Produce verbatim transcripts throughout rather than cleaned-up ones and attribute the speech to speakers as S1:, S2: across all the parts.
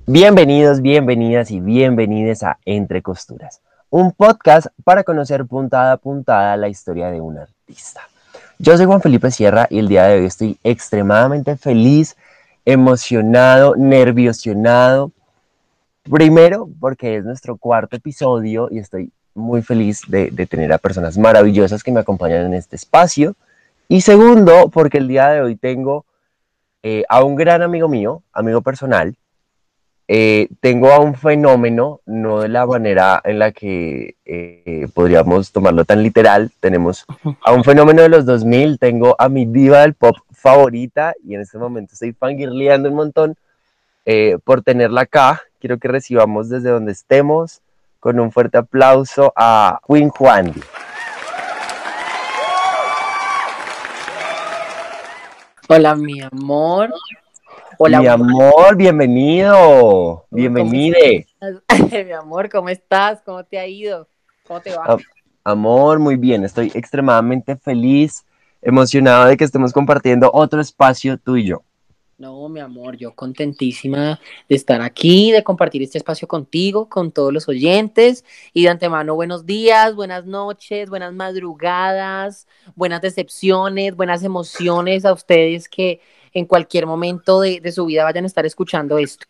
S1: Bienvenidos, bienvenidas y bienvenides a Entre Costuras, un podcast para conocer puntada a puntada la historia de un artista. Yo soy Juan Felipe Sierra y el día de hoy estoy extremadamente feliz, emocionado, nerviosionado. Primero, porque es nuestro cuarto episodio y estoy muy feliz de, de tener a personas maravillosas que me acompañan en este espacio. Y segundo, porque el día de hoy tengo eh, a un gran amigo mío, amigo personal. Eh, tengo a un fenómeno, no de la manera en la que eh, podríamos tomarlo tan literal. Tenemos a un fenómeno de los dos mil, tengo a mi diva del pop favorita y en este momento estoy fangirleando un montón eh, por tenerla acá. Quiero que recibamos desde donde estemos con un fuerte aplauso a Queen Juandi.
S2: Hola, mi amor. Hola,
S1: Mi amor, bienvenido,
S2: ¿cómo
S1: bienvenide.
S2: estás? Mi amor, ¿cómo estás? ¿Cómo te ha ido? ¿Cómo te va?
S1: Am- Amor, muy bien, estoy extremadamente feliz, emocionado de que estemos compartiendo otro espacio tú y yo.
S2: No, mi amor, yo contentísima de estar aquí, de compartir este espacio contigo, con todos los oyentes. Y de antemano, buenos días, buenas noches, buenas madrugadas, buenas decepciones, buenas emociones a ustedes que en cualquier momento de, de su vida vayan a estar escuchando esto.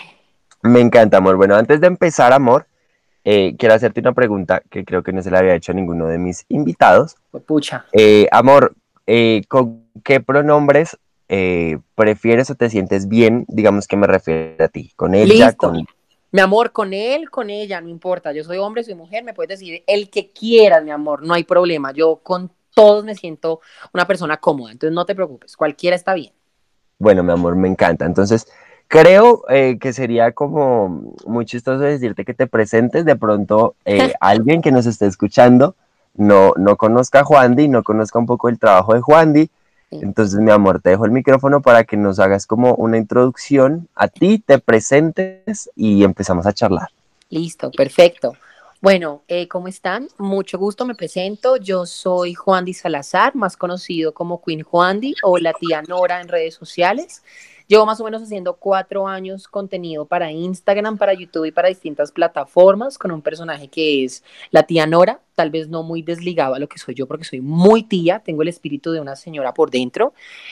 S1: Me encanta, amor. Bueno, antes de empezar, amor, eh, quiero hacerte una pregunta que creo que no se la había hecho a ninguno de mis invitados.
S2: Pues, pucha.
S1: Eh, amor, eh, ¿con qué pronombres eh, prefieres o te sientes bien? Digamos que me refiero a ti, con ella,
S2: Listo.
S1: con...
S2: Mi amor, con él, con ella, no importa. Yo soy hombre, soy mujer, me puedes decir el que quieras, mi amor, no hay problema. Yo con todos me siento una persona cómoda, entonces no te preocupes, cualquiera está bien.
S1: Bueno, mi amor, me encanta. Entonces, creo eh, que sería como muy chistoso decirte que te presentes. De pronto, eh, alguien que nos esté escuchando no, no conozca a Juandi, no conozca un poco el trabajo de Juandi.
S2: Sí.
S1: Entonces, mi amor, te dejo el micrófono para que nos hagas como una introducción a ti, te presentes y empezamos a charlar.
S2: Listo, perfecto. Bueno, eh, ¿cómo están? Mucho gusto, me presento. Yo soy Juan Di Salazar, más conocido como Queen Juandi o la tía Nora en redes sociales. Llevo más o menos haciendo cuatro años contenido para Instagram, para YouTube y para distintas plataformas con un personaje que es la tía Nora, tal vez no muy desligado a lo que soy yo porque soy muy tía, tengo el espíritu de una señora por dentro.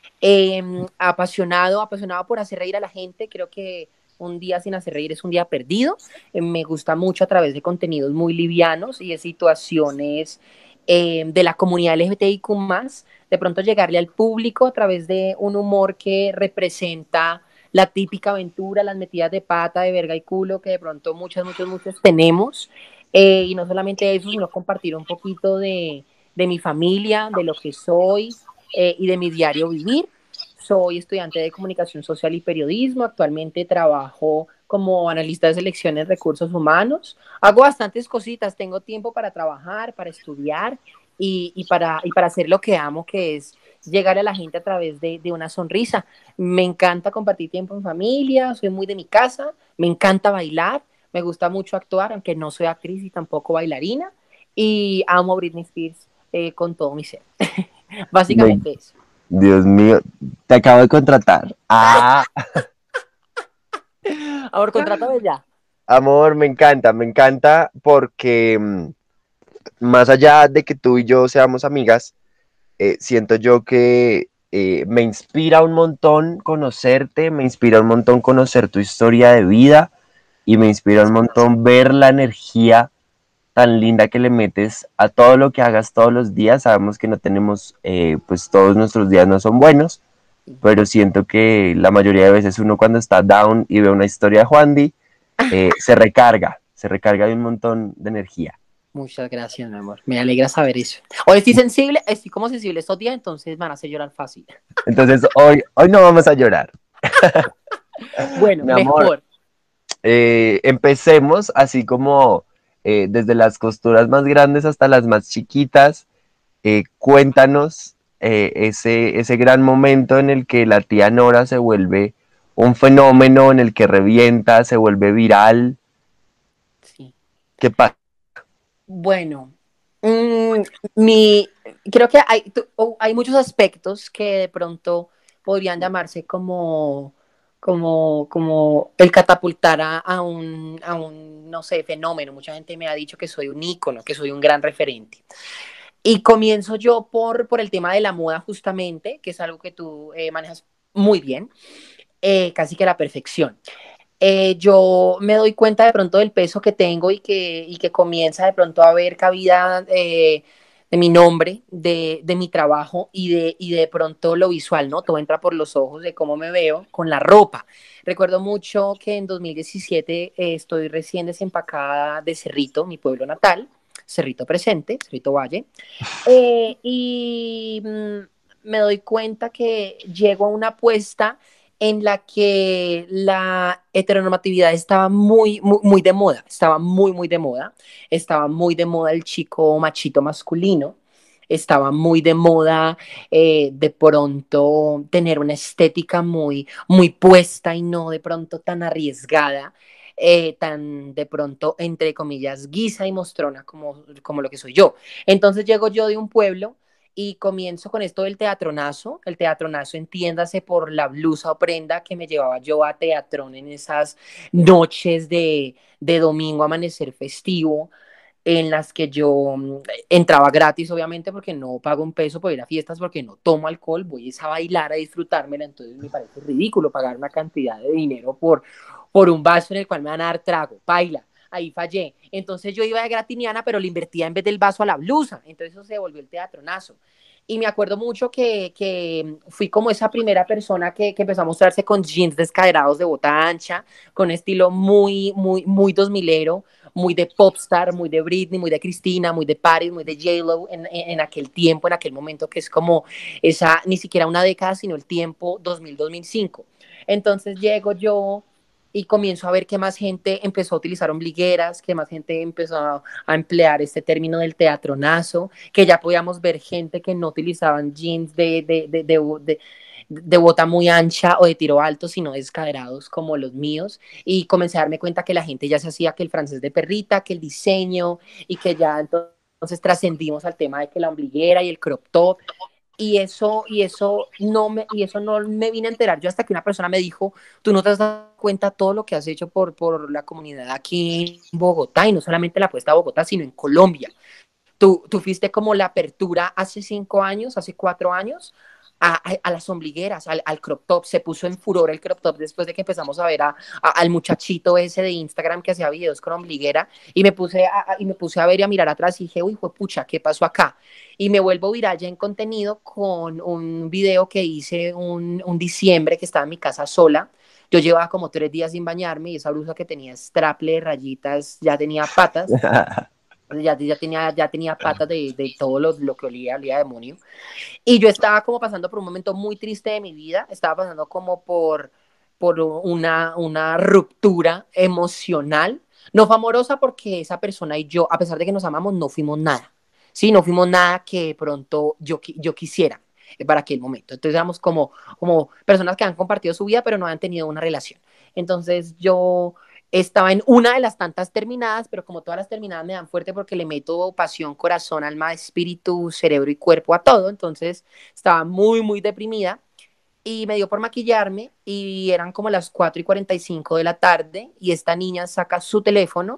S2: Eh, apasionado, apasionado por hacer reír a la gente, creo que un día sin hacer reír es un día perdido. Eh, me gusta mucho a través de contenidos muy livianos y de situaciones eh, de la comunidad L G B T I Q más, de pronto llegarle al público a través de un humor que representa la típica aventura, las metidas de pata, de verga y culo que de pronto muchas, muchas, muchas tenemos. Eh, y no solamente eso, sino compartir un poquito de, de mi familia, de lo que soy eh, y de mi diario vivir. Soy estudiante de comunicación social y periodismo. Actualmente trabajo como analista de selección en recursos humanos. Hago bastantes cositas. Tengo tiempo para trabajar, para estudiar y, y, para, y para hacer lo que amo, que es llegar a la gente a través de, de una sonrisa. Me encanta compartir tiempo en familia. Soy muy de mi casa. Me encanta bailar. Me gusta mucho actuar, aunque no soy actriz y tampoco bailarina. Y amo a Britney Spears eh, con todo mi ser.
S1: Me-
S2: Básicamente eso.
S1: Dios mío, te acabo de contratar. Ah,
S2: Amor, contrátame ya.
S1: amor, me encanta, me encanta porque mm, más allá de que tú y yo seamos amigas, eh, siento yo que eh, me inspira un montón conocerte, me inspira un montón conocer tu historia de vida y me inspira un montón ver la energía tan linda que le metes a todo lo que hagas todos los días. Sabemos que no tenemos, eh, pues todos nuestros días no son buenos, pero siento que la mayoría de veces uno cuando está down y ve una historia de Juandi, eh, se recarga, se recarga de un montón de energía.
S2: Muchas gracias, mi amor. Me alegra saber eso. Hoy estoy sensible, estoy como sensible estos días, entonces van a hacer llorar fácil.
S1: Entonces hoy, hoy no vamos a llorar.
S2: Bueno,
S1: Mi amor,
S2: mejor.
S1: eh, empecemos así como eh, desde las costuras más grandes hasta las más chiquitas. Eh, cuéntanos eh, ese, ese gran momento en el que la tía Nora se vuelve un fenómeno, en el que revienta, se vuelve viral.
S2: Sí.
S1: ¿Qué pasa?
S2: Bueno, mm, mi, creo que hay, tu- o- hay muchos aspectos que de pronto podrían llamarse como, como, como el catapultar a, a, un, a un, no sé, fenómeno. Mucha gente me ha dicho que soy un ícono, que soy un gran referente. Y comienzo yo por, por el tema de la moda justamente, que es algo que tú eh, manejas muy bien, eh, casi que a la perfección. Eh, yo me doy cuenta de pronto del peso que tengo y que, y que comienza de pronto a haber cabida eh, de mi nombre, de, de mi trabajo y de, y de pronto lo visual, ¿no? Todo entra por los ojos de cómo me veo con la ropa. Recuerdo mucho que en dos mil diecisiete eh, estoy recién desempacada de Cerrito, mi pueblo natal, Cerrito presente, Cerrito Valle, eh, y mm, me doy cuenta que llego a una apuesta en la que la heteronormatividad estaba muy, muy, muy de moda, estaba muy, muy de moda, estaba muy de moda el chico machito masculino, estaba muy de moda eh, de pronto tener una estética muy, muy puesta y no de pronto tan arriesgada. Eh, tan de pronto, entre comillas, guisa y mostrona como, como lo que soy yo. Entonces llego yo de un pueblo y comienzo con esto del teatronazo. El teatronazo, entiéndase por la blusa o prenda que me llevaba yo a teatrón en esas noches de, de domingo, amanecer festivo, en las que yo mm, entraba gratis, obviamente, porque no pago un peso por ir a fiestas, porque no tomo alcohol, voy a bailar, a disfrutármela, entonces me parece ridículo pagar una cantidad de dinero por, por un vaso en el cual me van a dar trago, baila. Ahí fallé. Entonces yo iba de gratiniana, pero le invertía en vez del vaso a la blusa. Entonces eso se volvió el teatronazo. Y me acuerdo mucho que, que fui como esa primera persona que, que empezó a mostrarse con jeans descaderados de bota ancha, con estilo muy, muy, muy dos milero, muy de popstar, muy de Britney, muy de Cristina, muy de Paris, muy de J-Lo en, en, en aquel tiempo, en aquel momento que es como esa, ni siquiera una década, sino el tiempo dos mil, dos mil cinco. Entonces llego yo y comienzo a ver que más gente empezó a utilizar ombligueras, que más gente empezó a, a emplear este término del teatronazo, que ya podíamos ver gente que no utilizaban jeans de, de, de, de, de de bota muy ancha o de tiro alto, sino descaderados como los míos. Y comencé a darme cuenta que la gente ya se hacía que el francés de perrita, que el diseño, y que ya entonces trascendimos al tema de que la ombliguera y el crop top. Y eso, y eso no me, y eso no me vine a enterar yo hasta que una persona me dijo, tú no te has dado cuenta todo lo que has hecho por, por la comunidad aquí en Bogotá, y no solamente la apuesta a Bogotá, sino en Colombia. Tú, tú fuiste como la apertura hace cinco años, hace cuatro años, a, a, a las ombligueras, al, al, crop top. Se puso en furor el crop top después de que empezamos a ver a, a, al muchachito ese de Instagram que hacía videos con ombliguera. Y me puse a, a, y me puse a ver y a mirar atrás y dije, uy, fue pucha, ¿qué pasó acá? Y me vuelvo viral ya en contenido con un video que hice un, un diciembre que estaba en mi casa sola. Yo llevaba como tres días sin bañarme y esa blusa que tenía straple, rayitas, ya tenía patas. Ya, ya, tenía, ya tenía patas de, de todo lo, lo que olía, olía a demonio. Y yo estaba como pasando por un momento muy triste de mi vida, estaba pasando como por, por una, una ruptura emocional, no fue amorosa porque esa persona y yo, a pesar de que nos amamos, no fuimos nada, ¿sí? No fuimos nada que pronto yo, yo quisiera para aquel momento. Entonces éramos como, como personas que han compartido su vida, pero no han tenido una relación. Entonces yo estaba en una de las tantas terminadas, pero como todas las terminadas me dan fuerte porque le meto pasión, corazón, alma, espíritu, cerebro y cuerpo a todo. Entonces estaba muy, muy deprimida y me dio por maquillarme y eran como las cuatro y cuarenta y cinco de la tarde y esta niña saca su teléfono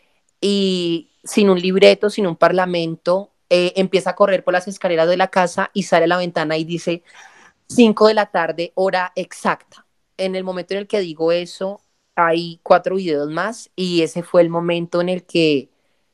S2: y sin un libreto, sin un parlamento, eh, empieza a correr por las escaleras de la casa y sale a la ventana y dice cinco de la tarde, hora exacta. En el momento en el que digo eso, hay cuatro videos más y ese fue el momento en el que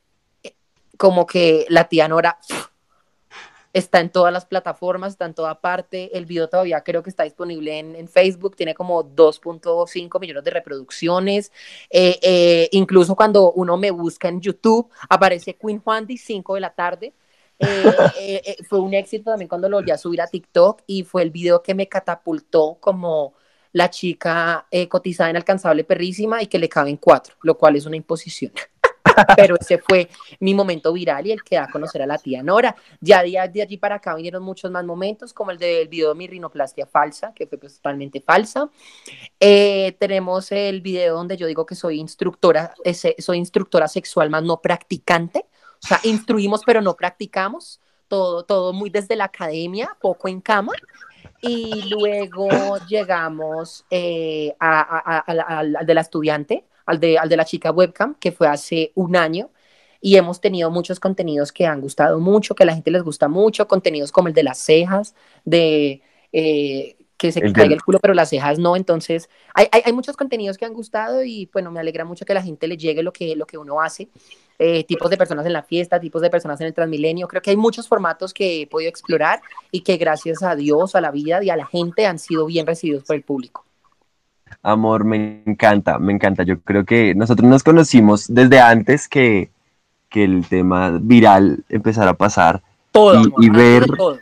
S2: como que la tía Nora está en todas las plataformas, está en toda parte. El video todavía creo que está disponible en, en Facebook, tiene como dos punto cinco millones de reproducciones. Eh, eh, incluso cuando uno me busca en YouTube, aparece Queen Juandi, cinco de la tarde. Eh, eh, eh, fue un éxito también cuando lo volví a subir a TikTok y fue el video que me catapultó como la chica eh, cotizada inalcanzable perrísima y que le caben cuatro, lo cual es una imposición. Pero ese fue mi momento viral y el que da a conocer a la tía Nora. Ya de, de allí para acá vinieron muchos más momentos, como el del video de mi rinoplastia falsa, que fue pues, totalmente falsa. Eh, tenemos el video donde yo digo que soy instructora, ese, soy instructora sexual más no practicante. O sea, instruimos pero no practicamos. Todo, todo muy desde la academia, poco en cama. Y luego llegamos eh, a, a, a, a, al, al de la estudiante, al de, al de la chica webcam, que fue hace un año. Y hemos tenido muchos contenidos que han gustado mucho, que a la gente les gusta mucho, contenidos como el de las cejas, de eh, que se
S1: El
S2: caiga
S1: del-
S2: el culo, pero las cejas no. Entonces, hay, hay, hay muchos contenidos que han gustado y bueno, me alegra mucho que a la gente le llegue lo que, lo que uno hace. Eh, tipos de personas en la fiesta, tipos de personas en el Transmilenio. Creo que hay muchos formatos que he podido explorar y que gracias a Dios, a la vida y a la gente han sido bien recibidos por el público.
S1: Amor, me encanta, me encanta. Yo creo que nosotros nos conocimos desde antes que, que el tema viral empezara a pasar
S2: Todo,
S1: y,
S2: amor,
S1: y
S2: antes
S1: ver,
S2: de todo.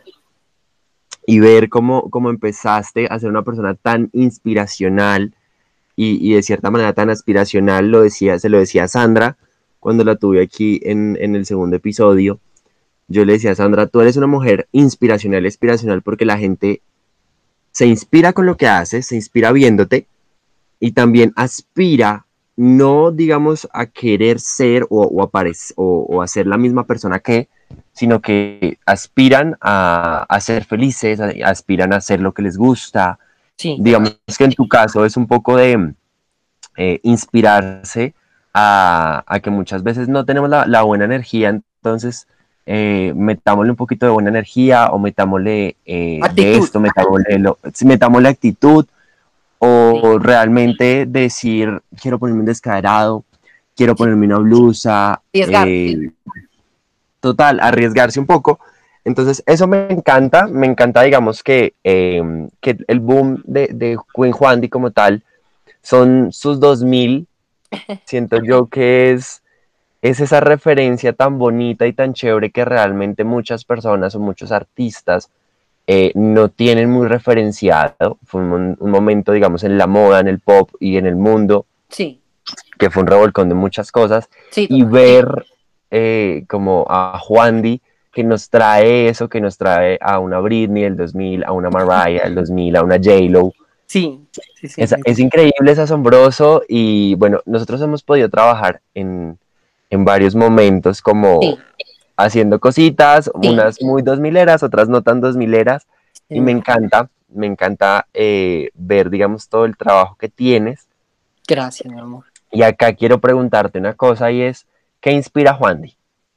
S1: y ver cómo, cómo empezaste a ser una persona tan inspiracional y, y de cierta manera tan aspiracional, lo decía, se lo decía a Sandra cuando la tuve aquí en, en el segundo episodio. Yo le decía a Sandra, tú eres una mujer inspiracional, inspiracional porque la gente se inspira con lo que haces, se inspira viéndote y también aspira, no digamos a querer ser o, o, aparecer, o, o a ser la misma persona que, sino que aspiran a, a ser felices, a, aspiran a hacer lo que les gusta.
S2: Sí,
S1: Digamos que en tu caso es un poco de eh, inspirarse a, a, que muchas veces no tenemos la, la buena energía, entonces eh, metámosle un poquito de buena energía o metámosle eh, de
S2: actitud.
S1: esto, metámosle, lo, metámosle actitud
S2: Sí,
S1: o realmente decir, quiero ponerme un descaderado, quiero
S2: sí.
S1: ponerme una blusa,
S2: Arriesgar.
S1: eh, total, arriesgarse un poco. Entonces, eso me encanta, me encanta, digamos, que, eh, que el boom de, de Queen Juandi como tal son sus dos mil. Siento yo que es, es esa referencia tan bonita y tan chévere que realmente muchas personas o muchos artistas eh, no tienen muy referenciado. Fue un, un, momento, digamos, en la moda, en el pop y en el mundo,
S2: Sí,
S1: que fue un revolcón de muchas cosas.
S2: sí,
S1: Y
S2: total.
S1: ver eh, como a Juandi, que nos trae eso, que nos trae a una Britney del dos mil, a una Mariah del dos mil, a una J-Lo.
S2: Sí, sí, sí.
S1: Es, es increíble, es asombroso y bueno, nosotros hemos podido trabajar en, en varios momentos como
S2: Sí,
S1: haciendo cositas,
S2: sí,
S1: unas muy dos mileras, otras no tan dos mileras y me
S2: sí.
S1: encanta, me encanta eh, ver, digamos, todo el trabajo que tienes.
S2: Gracias, mi amor.
S1: Y acá quiero preguntarte una cosa y es, ¿qué inspira a Juandi?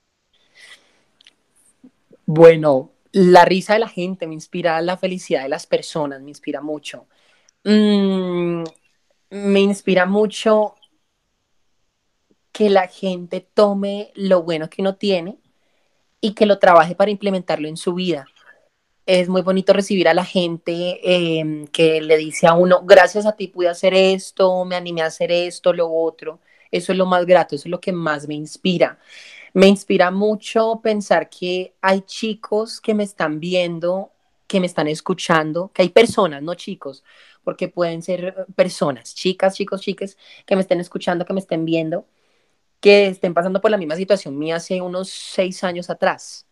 S2: Bueno, la risa de la gente me inspira, la felicidad de las personas me inspira mucho. Mm, me inspira mucho que la gente tome lo bueno que uno tiene y que lo trabaje para implementarlo en su vida. Es muy bonito recibir a la gente eh, que le dice a uno, gracias a ti pude hacer esto, me animé a hacer esto, lo otro. Eso es lo más grato, eso es lo que más me inspira. Me inspira mucho pensar que hay chicos que me están viendo, que me están escuchando, que hay personas, no chicos, porque pueden ser personas, chicas, chicos, chicas, que me estén escuchando, que me estén viendo, que estén pasando por la misma situación mía hace unos seis años atrás,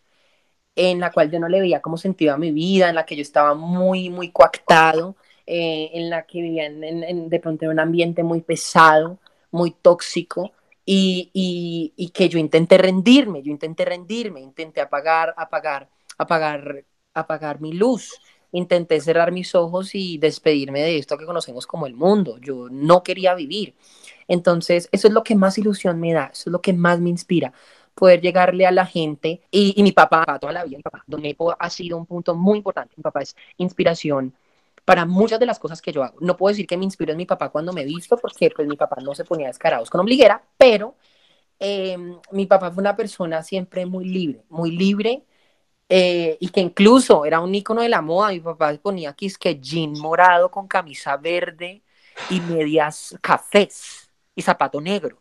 S2: en la cual yo no le veía como sentido a mi vida, en la que yo estaba muy, muy coactado, eh, en la que vivía en, en, en, de pronto en un ambiente muy pesado, muy tóxico, y, y, y, que yo intenté rendirme, yo intenté rendirme, intenté apagar, apagar, apagar, apagar mi luz, intenté cerrar mis ojos y despedirme de esto que conocemos como el mundo. Yo no quería vivir. Entonces, eso es lo que más ilusión me da, eso es lo que más me inspira, poder llegarle a la gente. Y, y mi papá, toda la vida, mi papá, Don Nepo ha sido un punto muy importante. Mi papá es inspiración para muchas de las cosas que yo hago. No puedo decir que me inspiro en mi papá cuando me visto, porque pues mi papá no se ponía descarados con ombliguera, pero eh, mi papá fue una persona siempre muy libre, muy libre, eh, y que incluso era un ícono de la moda. Mi papá ponía aquí es que jean morado con camisa verde y medias cafés y zapato negro.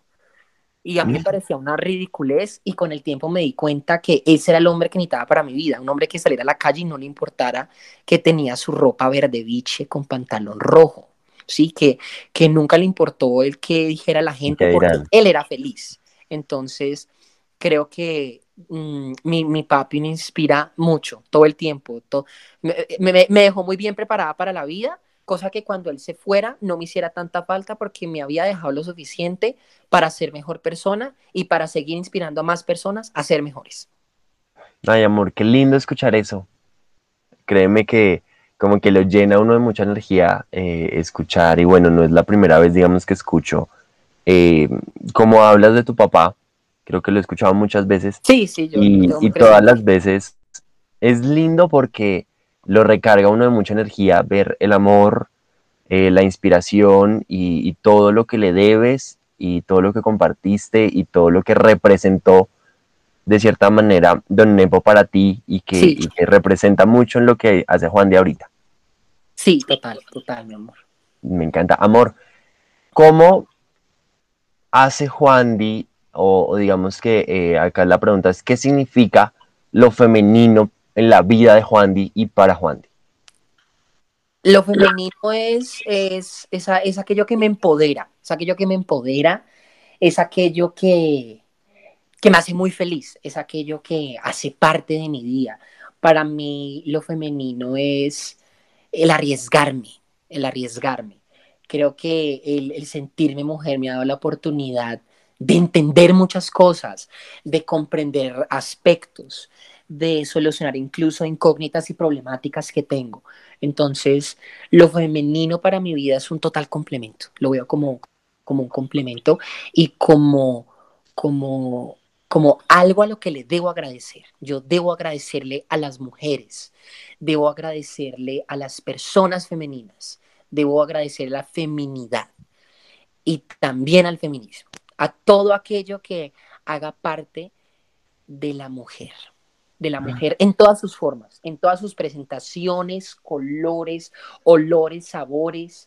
S2: Y a mí me parecía una ridiculez y con el tiempo me di cuenta que ese era el hombre que necesitaba para mi vida, un hombre que saliera a la calle y no le importara que tenía su ropa verde biche con pantalón rojo, ¿sí? Que, que nunca le importó el que dijera la
S1: ¿Y
S2: gente
S1: qué
S2: porque
S1: dirán?
S2: él era feliz. Entonces, creo que mmm, mi, mi papi me inspira mucho, todo el tiempo. Todo, me, me, me dejó muy bien preparada para la vida, cosa que cuando él se fuera no me hiciera tanta falta porque me había dejado lo suficiente para ser mejor persona y para seguir inspirando a más personas a ser mejores.
S1: Ay, amor, qué lindo escuchar eso. Créeme que como que lo llena a uno de mucha energía eh, escuchar, y bueno, no es la primera vez, digamos, que escucho eh, cómo hablas de tu papá, creo que lo he escuchado muchas veces,
S2: Sí, sí, yo lo
S1: y,
S2: tengo muy
S1: y todas
S2: presente.
S1: las veces es lindo porque lo recarga uno de mucha energía, ver el amor, eh, la inspiración y, y todo lo que le debes y todo lo que compartiste y todo lo que representó de cierta manera Don Nepo para ti y que,
S2: Sí,
S1: y que representa mucho en lo que hace Juan de ahorita.
S2: sí, total, total, mi amor.
S1: Me encanta. Amor, ¿cómo hace Juan Di, o, o digamos que eh, acá la pregunta es, ¿qué significa lo femenino en la vida de Juan Di y para Juan Di?
S2: Lo femenino es, es, es, a- es aquello que me empodera, es aquello que me empodera, es aquello que, que me hace muy feliz, es aquello que hace parte de mi día. Para mí lo femenino es el arriesgarme, el arriesgarme. Creo que el, el sentirme mujer me ha dado la oportunidad de entender muchas cosas, de comprender aspectos, de solucionar incluso incógnitas y problemáticas que tengo. Entonces, lo femenino para mi vida es un total complemento. Lo veo como, como un complemento y como, como, como algo a lo que le debo agradecer. Yo debo agradecerle a las mujeres, debo agradecerle a las personas femeninas, debo agradecer la feminidad y también al feminismo, a todo aquello que haga parte de la mujer, de la mujer en todas sus formas, en todas sus presentaciones, colores, olores, sabores,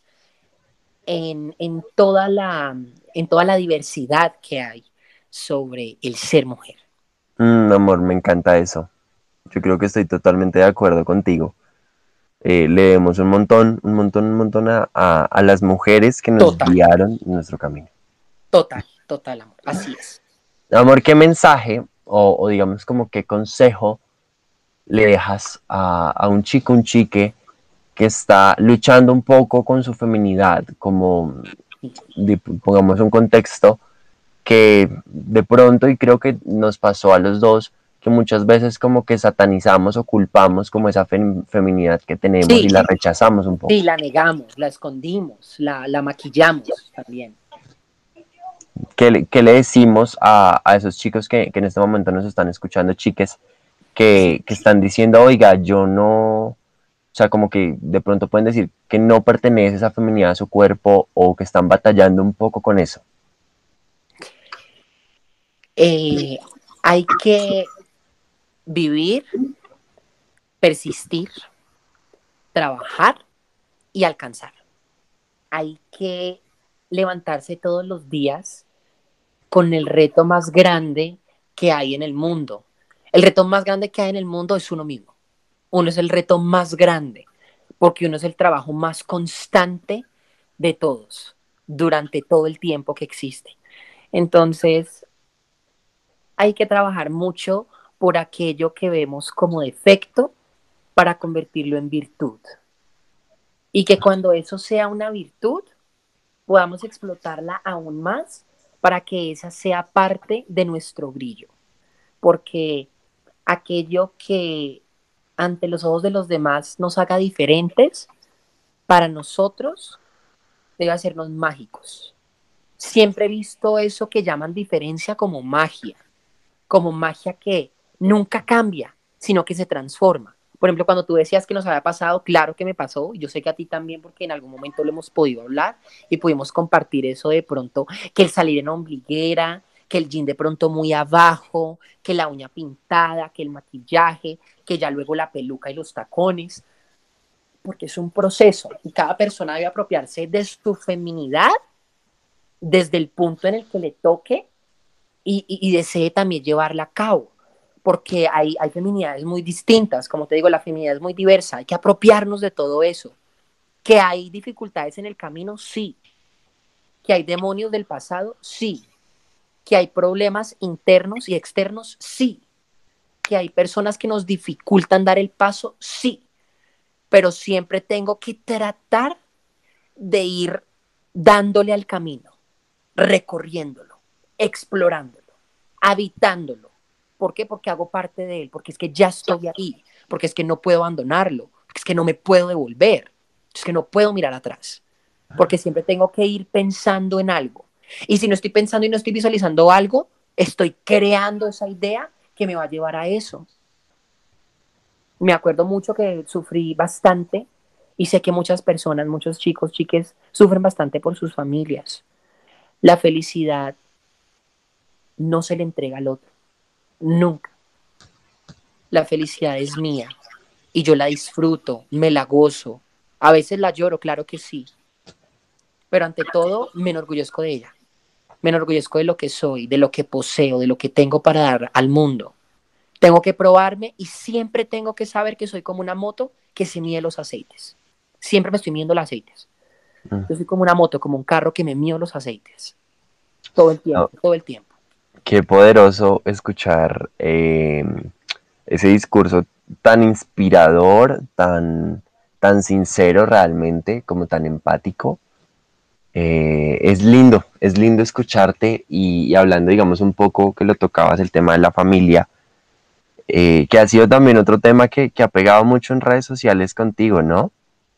S2: en, en, toda, la, en toda la diversidad que hay sobre el ser mujer.
S1: Mm, amor, me encanta eso. Yo creo que estoy totalmente de acuerdo contigo. Eh, le debemos un montón, un montón, un montón a, a, a las mujeres que nos
S2: Total,
S1: guiaron en nuestro camino.
S2: total, total, amor. Así es.
S1: Amor, ¿qué mensaje o, o digamos como qué consejo le dejas a, a un chico, un chique que está luchando un poco con su feminidad, como de- pongamos un contexto que de pronto, y creo que nos pasó a los dos, que muchas veces como que satanizamos o culpamos como esa fem- feminidad que tenemos y
S2: Sí,
S1: la rechazamos un
S2: sí,
S1: poco.
S2: la negamos, la escondimos, la, la maquillamos también.
S1: ¿Qué, le- qué le decimos a, a esos chicos que, que en este momento nos están escuchando, chiques,
S2: Sí.
S1: que, que están diciendo, oiga, yo no, o sea, como que de pronto pueden decir que no pertenece esa feminidad a su cuerpo o que están batallando un poco con eso?
S2: Eh, hay que vivir, persistir, trabajar y alcanzar. Hay que levantarse todos los días con el reto más grande que hay en el mundo. El reto más grande que hay en el mundo es uno mismo. Uno es el reto más grande, porque uno es el trabajo más constante de todos, durante todo el tiempo que existe. Entonces, hay que trabajar mucho por aquello que vemos como defecto para convertirlo en virtud. Y que cuando eso sea una virtud, podamos explotarla aún más para que esa sea parte de nuestro brillo. Porque aquello que ante los ojos de los demás nos haga diferentes, para nosotros debe hacernos mágicos. Siempre he visto eso que llaman diferencia como magia, como magia que nunca cambia, sino que se transforma. Por ejemplo, cuando tú decías que nos había pasado, claro que me pasó, yo sé que a ti también, porque en algún momento lo hemos podido hablar y pudimos compartir eso de pronto, que el salir en ombliguera, que el jean de pronto muy abajo, que la uña pintada, que el maquillaje, que ya luego la peluca y los tacones, porque es un proceso y cada persona debe apropiarse de su feminidad desde el punto en el que le toque y, y, y desee también llevarla a cabo, porque hay, hay feminidades muy distintas, como te digo, la feminidad es muy diversa, hay que apropiarnos de todo eso. Que hay dificultades en el camino, sí. Que hay demonios del pasado, sí. Que hay problemas internos y externos, sí. Que hay personas que nos dificultan dar el paso, sí. Pero siempre tengo que tratar de ir dándole al camino, recorriéndolo, explorándolo, habitándolo. ¿Por qué? Porque hago parte de él, porque es que ya estoy ahí, porque es que no puedo abandonarlo, es que no me puedo devolver, es que no puedo mirar atrás, porque siempre tengo que ir pensando en algo. Y si no estoy pensando y no estoy visualizando algo, estoy creando esa idea que me va a llevar a eso. Me acuerdo mucho que sufrí bastante y sé que muchas personas, muchos chicos, chiques, sufren bastante por sus familias. La felicidad no se le entrega al otro, nunca. La felicidad es mía y yo la disfruto, me la gozo. A veces la lloro, claro que sí, pero ante todo me enorgullezco de ella. Me enorgullezco de lo que soy, de lo que poseo, de lo que tengo para dar al mundo. Tengo que probarme y siempre tengo que saber que soy como una moto que se mide los aceites. Siempre me estoy midiendo los aceites.
S1: Mm.
S2: Yo soy como una moto, como un carro que me mido los aceites. Todo el
S1: No,
S2: tiempo, todo el tiempo.
S1: qué poderoso escuchar eh, ese discurso tan inspirador, tan, tan sincero realmente, como tan empático. Eh, es lindo, es lindo escucharte y, y hablando, digamos, un poco que lo tocabas, el tema de la familia, eh, que ha sido también otro tema que, que ha pegado mucho en redes sociales contigo, ¿no?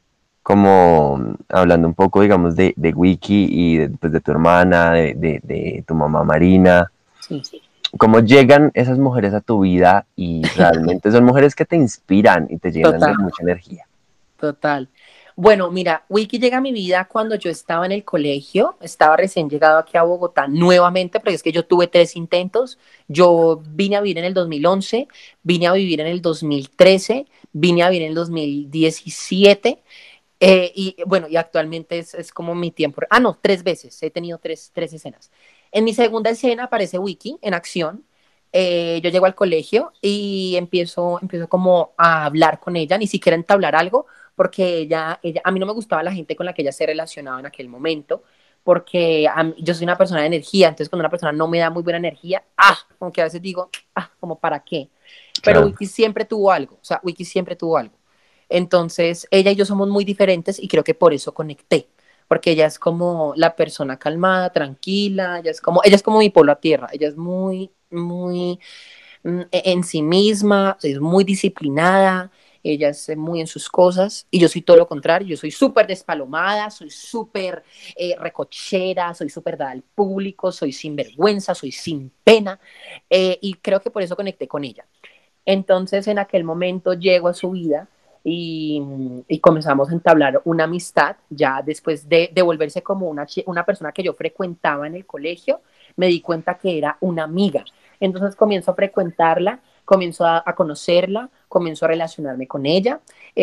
S1: Como hablando un poco, digamos, de, de Wiki y de, pues, de tu hermana, de, de, de tu mamá Marina,
S2: Sí,
S1: cómo llegan esas mujeres a tu vida y realmente son mujeres que te inspiran y te llenan de
S2: total.
S1: mucha energía.
S2: Total. Bueno, mira, Wiki llega a mi vida cuando yo estaba en el colegio, estaba recién llegado aquí a Bogotá nuevamente, porque es que yo tuve tres intentos. Yo vine a vivir en el dos mil once, vine a vivir en el dos mil trece, vine a vivir en el dos mil diecisiete, eh, y bueno, y actualmente es, es, como mi tiempo. Ah, no, tres veces, he tenido tres, tres escenas. En mi segunda escena aparece Wiki en acción. Eh, yo llego al colegio y empiezo, empiezo como a hablar con ella, ni siquiera entablar algo, porque ella, ella, a mí no me gustaba la gente con la que ella se relacionaba en aquel momento, porque a mí, yo soy una persona de energía, entonces cuando una persona no me da muy buena energía, ah, como que a veces digo, ah, como para qué. Pero
S1: Claro,
S2: Wiki siempre tuvo algo, o sea, Wiki siempre tuvo algo. Entonces, ella y yo somos muy diferentes y creo que por eso conecté, porque ella es como la persona calmada, tranquila, ella es como, ella es como mi polo a tierra, ella es muy, muy mm, en sí misma, es muy disciplinada, ella es muy en sus cosas y yo soy todo lo contrario, yo soy súper despalomada, soy súper eh, recochera, soy súper dada al público, soy sinvergüenza, soy sin pena, eh, y creo que por eso conecté con ella. Entonces en aquel momento llego a su vida y, y comenzamos a entablar una amistad, ya después de, de volverse como una, una persona que yo frecuentaba en el colegio, me di cuenta que era una amiga. Entonces comienzo a frecuentarla, comienzo a, a conocerla, comienzo a relacionarme con ella,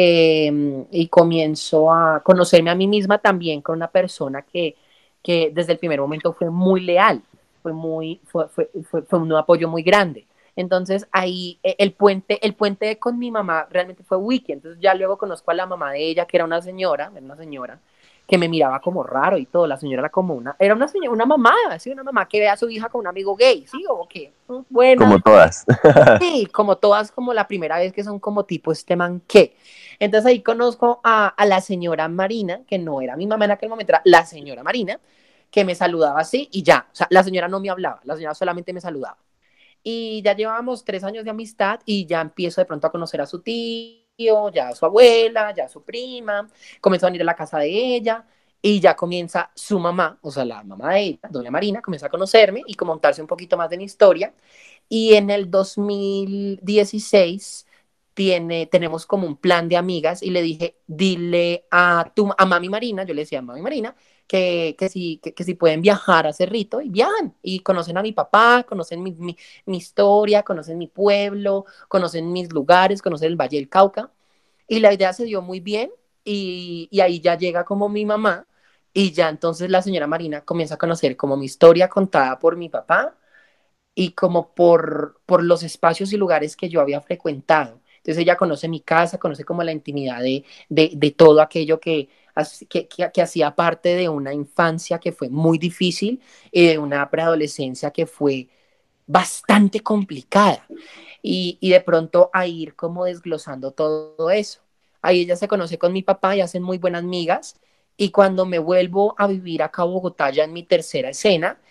S2: eh, y comienzo a conocerme a mí misma también con una persona que, que desde el primer momento fue muy leal, fue, muy, fue, fue, fue, fue un apoyo muy grande. Entonces ahí eh, el puente, el puente con mi mamá realmente fue Wiki. Entonces ya luego conozco a la mamá de ella, que era una señora, era una señora que me miraba como raro y todo. La señora era como una, era una señora, una mamá, ¿sí? Una mamá que ve a su hija con un amigo gay, ¿sí? O que,
S1: como
S2: buena,
S1: todas.
S2: sí, como todas, como la primera vez que son como tipo este man que. Entonces ahí conozco a, a la señora Marina, que no era mi mamá en aquel momento, era la señora Marina, que me saludaba así y ya. O sea, la señora no me hablaba, la señora solamente me saludaba. Y ya llevamos tres años de amistad y ya empiezo de pronto a conocer a su tío, ya a su abuela, ya a su prima, comenzó a venir a la casa de ella y ya comienza su mamá, o sea, la mamá de ella, doña Marina, comienza a conocerme y a contarse un poquito más de mi historia. Y en el dos mil dieciséis tiene, tenemos como un plan de amigas y le dije, dile a, tu, a mami Marina, yo le decía a mami Marina, que, que, si, que, que si pueden viajar a Cerrito y viajan y conocen a mi papá, conocen mi, mi, mi historia, conocen mi pueblo, conocen mis lugares, conocen el Valle del Cauca. Y la idea se dio muy bien y, y ahí ya llega como mi mamá y ya entonces la señora Marina comienza a conocer como mi historia contada por mi papá y como por, por los espacios y lugares que yo había frecuentado. Entonces ella conoce mi casa, conoce como la intimidad de, de, de todo aquello que, que, que, que, hacía parte de una infancia que fue muy difícil y de una preadolescencia que fue bastante complicada. Y, y de pronto a ir como desglosando todo eso. Ahí ella se conoce con mi papá y hacen muy buenas migas. Y cuando me vuelvo a vivir acá a Bogotá, ya en mi tercera escena,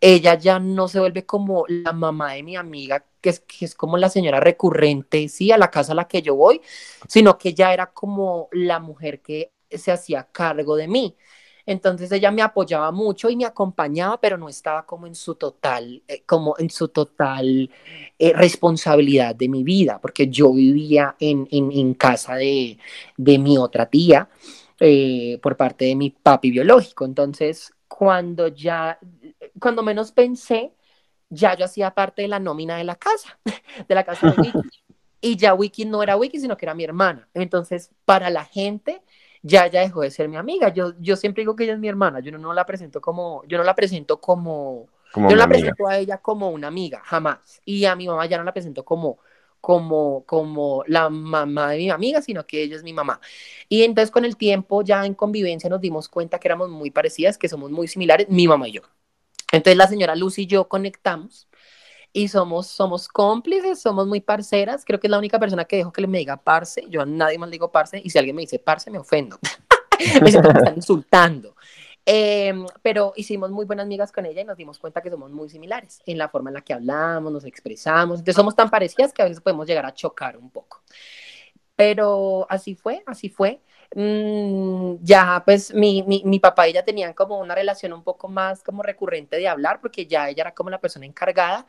S2: ella ya no se vuelve como la mamá de mi amiga, que es, que es como la señora recurrente, sí, a la casa a la que yo voy, sino que ya era como la mujer que se hacía cargo de mí. Entonces ella me apoyaba mucho y me acompañaba, pero no estaba como en su total, eh, como en su total eh, responsabilidad de mi vida, porque yo vivía en, en, en casa de, de mi otra tía eh, por parte de mi papi biológico. Entonces, cuando ya, cuando menos pensé, ya yo hacía parte de la nómina de la casa, de la casa de Wiki. Y ya Wiki no era Wiki, sino que era mi hermana. Entonces, para la gente, ya ya dejó de ser mi amiga. Yo, yo siempre digo que ella es mi hermana. Yo no, no la presento como, yo no la presento como,
S1: Como
S2: yo no
S1: mi
S2: la
S1: amiga.
S2: presento a ella como una amiga, jamás. Y a mi mamá ya no la presento como, como, como la mamá de mi amiga, sino que ella es mi mamá. Y entonces con el tiempo, ya en convivencia, nos dimos cuenta que éramos muy parecidas, que somos muy similares, mi mamá y yo. Entonces la señora Lucy y yo conectamos y somos, somos cómplices, somos muy parceras. Creo que es la única persona que dejo que le me diga parce. Yo a nadie más le digo parce y si alguien me dice parce me ofendo. Me siento que me están insultando. Eh, pero hicimos muy buenas amigas con ella y nos dimos cuenta que somos muy similares en la forma en la que hablamos, nos expresamos. Entonces somos tan parecidas que a veces podemos llegar a chocar un poco. Pero así fue, así fue. Mm, ya, pues mi, mi, mi papá y ella tenían como una relación un poco más como recurrente de hablar, porque ya ella era como la persona encargada.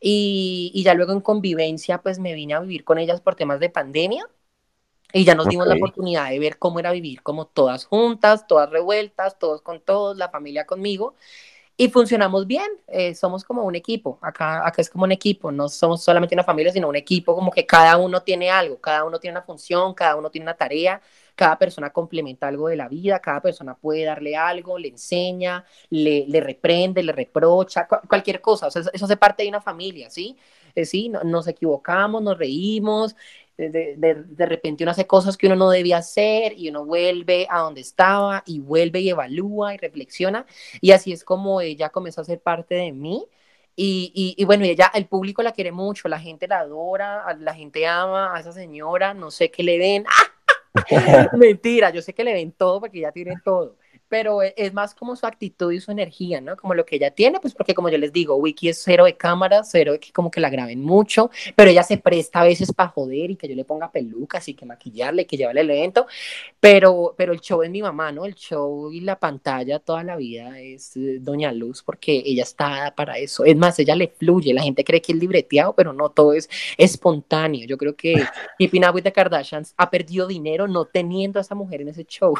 S2: Y, y ya luego en convivencia, pues me vine a vivir con ellas por temas de pandemia. Y ya nos
S1: Ok.
S2: dimos la oportunidad de ver cómo era vivir como todas juntas, todas revueltas, todos con todos, la familia conmigo. Y funcionamos bien, eh, somos como un equipo, acá, acá es como un equipo, no somos solamente una familia, sino un equipo, como que cada uno tiene algo, cada uno tiene una función, cada uno tiene una tarea, cada persona complementa algo de la vida, cada persona puede darle algo, le enseña, le, le reprende, le reprocha, cu cualquier cosa, o sea, eso hace parte de una familia, ¿sí? Eh, sí, no, nos equivocamos, nos reímos, de, de, de, repente uno hace cosas que uno no debía hacer y uno vuelve a donde estaba y vuelve y evalúa y reflexiona y así es como ella comenzó a ser parte de mí. Y, y, y, bueno, ella, el público la quiere mucho, la gente la adora, la gente ama a esa señora, no sé qué le ven. Mentira, yo sé que le ven todo porque ella tiene todo, pero es más como su actitud y su energía, ¿no? Como lo que ella tiene, pues porque como yo les digo, Wiki es cero de cámara, cero de que como que la graben mucho, pero ella se presta a veces para joder y que yo le ponga pelucas y que maquillarle, que llevarle el evento, pero, pero el show es mi mamá, ¿no? El show y la pantalla toda la vida es eh, Doña Luz porque ella está para eso. Es más, ella le fluye, la gente cree que es libreteado, pero no, todo es espontáneo. Yo creo que Keeping Up with the Kardashians ha perdido dinero no teniendo a esa mujer en ese show.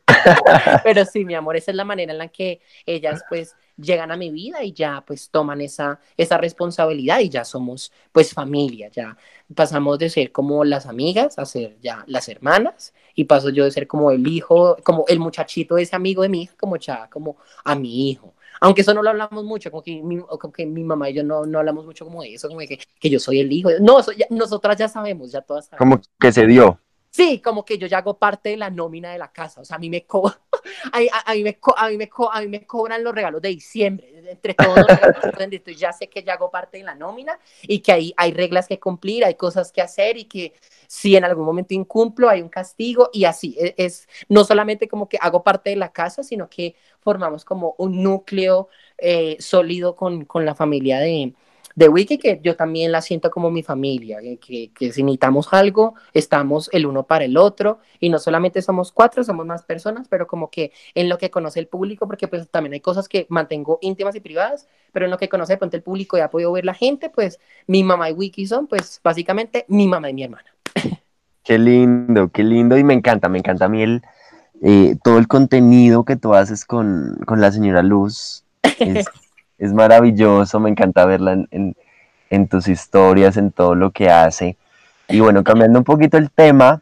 S2: Pero sí, mi amor, esa es la manera en la que ellas pues llegan a mi vida y ya pues toman esa, esa responsabilidad y ya somos pues familia, ya pasamos de ser como las amigas a ser ya las hermanas y paso yo de ser como el hijo, como el muchachito de ese amigo de mi hija, como ya como a mi hijo. Aunque eso no lo hablamos mucho, como que mi, como que mi mamá y yo no, no hablamos mucho como de eso, como de que, que yo soy el hijo. No, eso ya, nosotras ya sabemos, ya todas
S1: Como
S2: sabemos.
S1: que se dio.
S2: Sí, como que yo ya hago parte de la nómina de la casa, o sea, a mí me, co a, a, a, mí me, co a, mí me co a mí me cobran los regalos de diciembre, entre todos los regalos, entonces ya sé que ya hago parte de la nómina y que hay, hay reglas que cumplir, hay cosas que hacer y que si en algún momento incumplo hay un castigo y así, es, es no solamente como que hago parte de la casa, sino que formamos como un núcleo eh, sólido con, con la familia de de Wiki, que yo también la siento como mi familia, que, que, que, si necesitamos algo, estamos el uno para el otro, y no solamente somos cuatro, somos más personas, pero como que en lo que conoce el público, porque pues también hay cosas que mantengo íntimas y privadas, pero en lo que conoce de pronto el público y ha podido ver la gente, pues mi mamá y Wiki son pues básicamente mi mamá y mi hermana.
S1: Qué lindo, qué lindo y me encanta, me encanta a mí el, eh, todo el contenido que tú haces con, con la señora Luz. Es, es maravilloso, me encanta verla en, en, en tus historias, en todo lo que hace. Y bueno, cambiando un poquito el tema,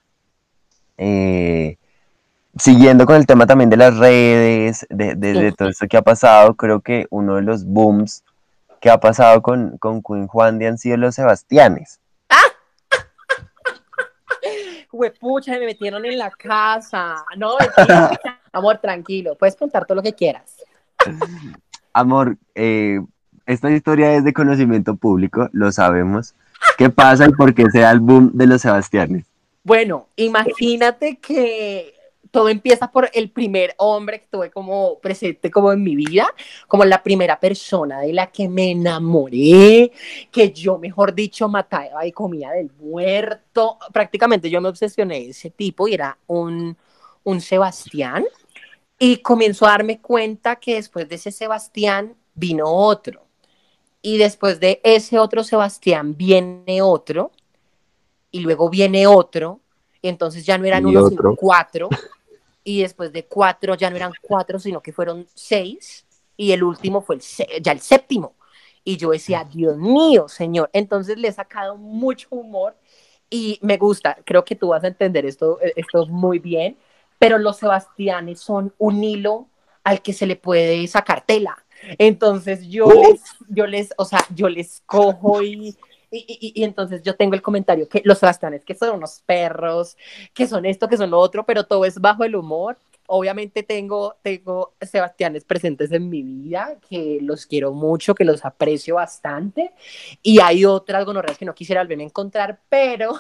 S1: eh, siguiendo con el tema también de las redes, de, de, de, todo esto que ha pasado, creo que uno de los booms que ha pasado con, con Queen Juandi han sido los Sebastianes.
S2: Huepucha, me metieron en la casa. No, mentira. Amor, tranquilo, puedes contar todo lo que quieras.
S1: Amor, eh, esta historia es de conocimiento público, lo sabemos. ¿Qué pasa y por qué se da el boom de los Sebastianes?
S2: Bueno, imagínate que todo empieza por el primer hombre que tuve como presente como en mi vida, como la primera persona de la que me enamoré, que yo, mejor dicho, mataba y comía del muerto. Prácticamente yo me obsesioné de ese tipo y era un, un Sebastián. Y comienzo a darme cuenta que después de ese Sebastián vino otro. Y después de ese otro Sebastián viene otro. Y luego viene otro. Y entonces ya no eran
S1: Y
S2: uno, sino
S1: otro.
S2: cuatro. Y después de cuatro ya no eran cuatro, sino que fueron seis. Y el último fue el, ya el séptimo. Y yo decía, Dios mío, señor. Entonces le he sacado mucho humor y me gusta. Creo que tú vas a entender esto, esto muy bien. Pero los Sebastianes son un hilo al que se le puede sacar tela. Entonces yo
S1: Uh,
S2: les, yo les, o sea, yo les cojo y, y, y, y entonces yo tengo el comentario que los Sebastianes que son unos perros, que son esto, que son lo otro, pero todo es bajo el humor. Obviamente tengo, tengo Sebastianes presentes en mi vida, que los quiero mucho, que los aprecio bastante, y hay otras gonorreas que no quisiera volverme a encontrar, pero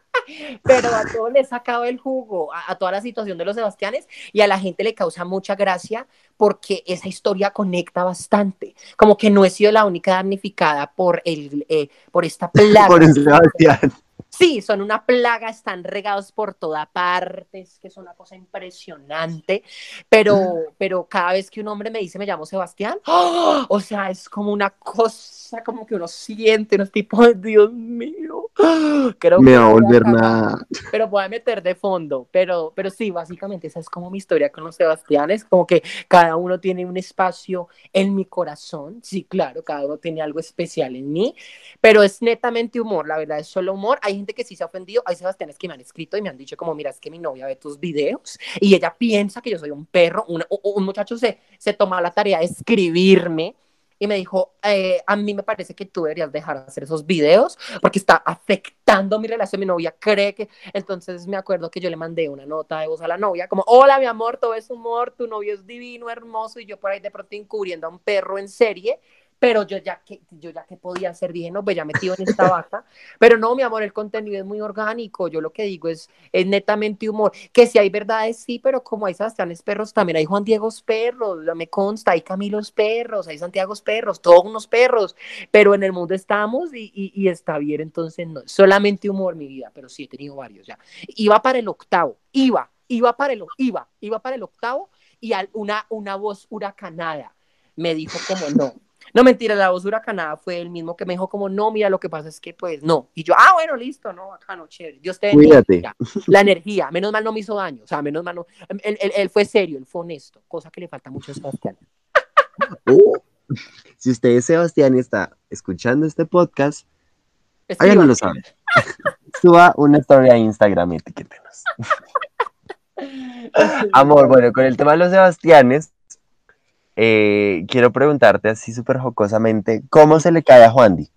S2: pero a todo le he sacado el jugo, a, a, toda la situación de los Sebastianes, y a la gente le causa mucha gracia porque esa historia conecta bastante, como que no he sido la única damnificada por, el, eh, por esta
S1: por
S2: plaga.
S1: un Sebastián.
S2: Sí, son una plaga, están regados por toda parte, es que es una cosa impresionante, pero, pero cada vez que un hombre me dice me llamo Sebastián, ¡oh! O sea, es como una cosa, como que uno siente, unos tipos, Dios mío, creo
S1: Me
S2: que
S1: va a
S2: voy a
S1: volver
S2: acabar,
S1: nada.
S2: pero voy a meter de fondo, pero, pero sí, básicamente esa es como mi historia con los Sebastianes, como que cada uno tiene un espacio en mi corazón, sí, claro, cada uno tiene algo especial en mí, pero es netamente humor, la verdad es solo humor. Hay gente que sí se ha ofendido, hay Sebastianes que me han escrito y me han dicho como, mira, es que mi novia ve tus videos y ella piensa que yo soy un perro. Un, un muchacho se, se toma la tarea de escribirme y me dijo, eh, a mí me parece que tú deberías dejar de hacer esos videos porque está afectando mi relación. Mi novia cree que... Entonces me acuerdo que yo le mandé una nota de voz a la novia como, hola, mi amor, todo es humor, tu novio es divino, hermoso, y yo por ahí de pronto encubriendo a un perro en serie, pero yo ya que yo ya que podía hacer, dije, no, pues ya metido en esta vaca, pero no, mi amor, el contenido es muy orgánico, yo lo que digo es, es netamente humor, que si hay verdades, sí, pero como hay Sebastiánes perros, también hay Juan Diego's perros, me consta, hay Camilos perros, hay Santiago's perros, todos unos perros, pero en el mundo estamos y, y, y está bien, entonces no, solamente humor mi vida, pero sí he tenido varios ya, iba para el octavo, iba, iba para el, iba, iba para el octavo, y al, una, una voz huracanada me dijo como no, no, mentira, la voz huracanada fue el mismo que me dijo como, no, mira, lo que pasa es que pues no. Y yo, ah, bueno, listo, no, bacano, chévere. Dios te bendiga.
S1: Cuídate.
S2: Ya. La energía, menos mal no me hizo daño, o sea, menos mal no. Él, él, él fue serio, él fue honesto, cosa que le falta mucho a Sebastián.
S1: Uh, si usted es Sebastián y está escuchando este podcast, háganos
S2: Escríbame.
S1: lo saber. Suba una historia a Instagram y etiquétenos. Amor, bueno, con el tema de los Sebastianes, eh, quiero preguntarte así súper jocosamente, ¿cómo se le cae a Juandi?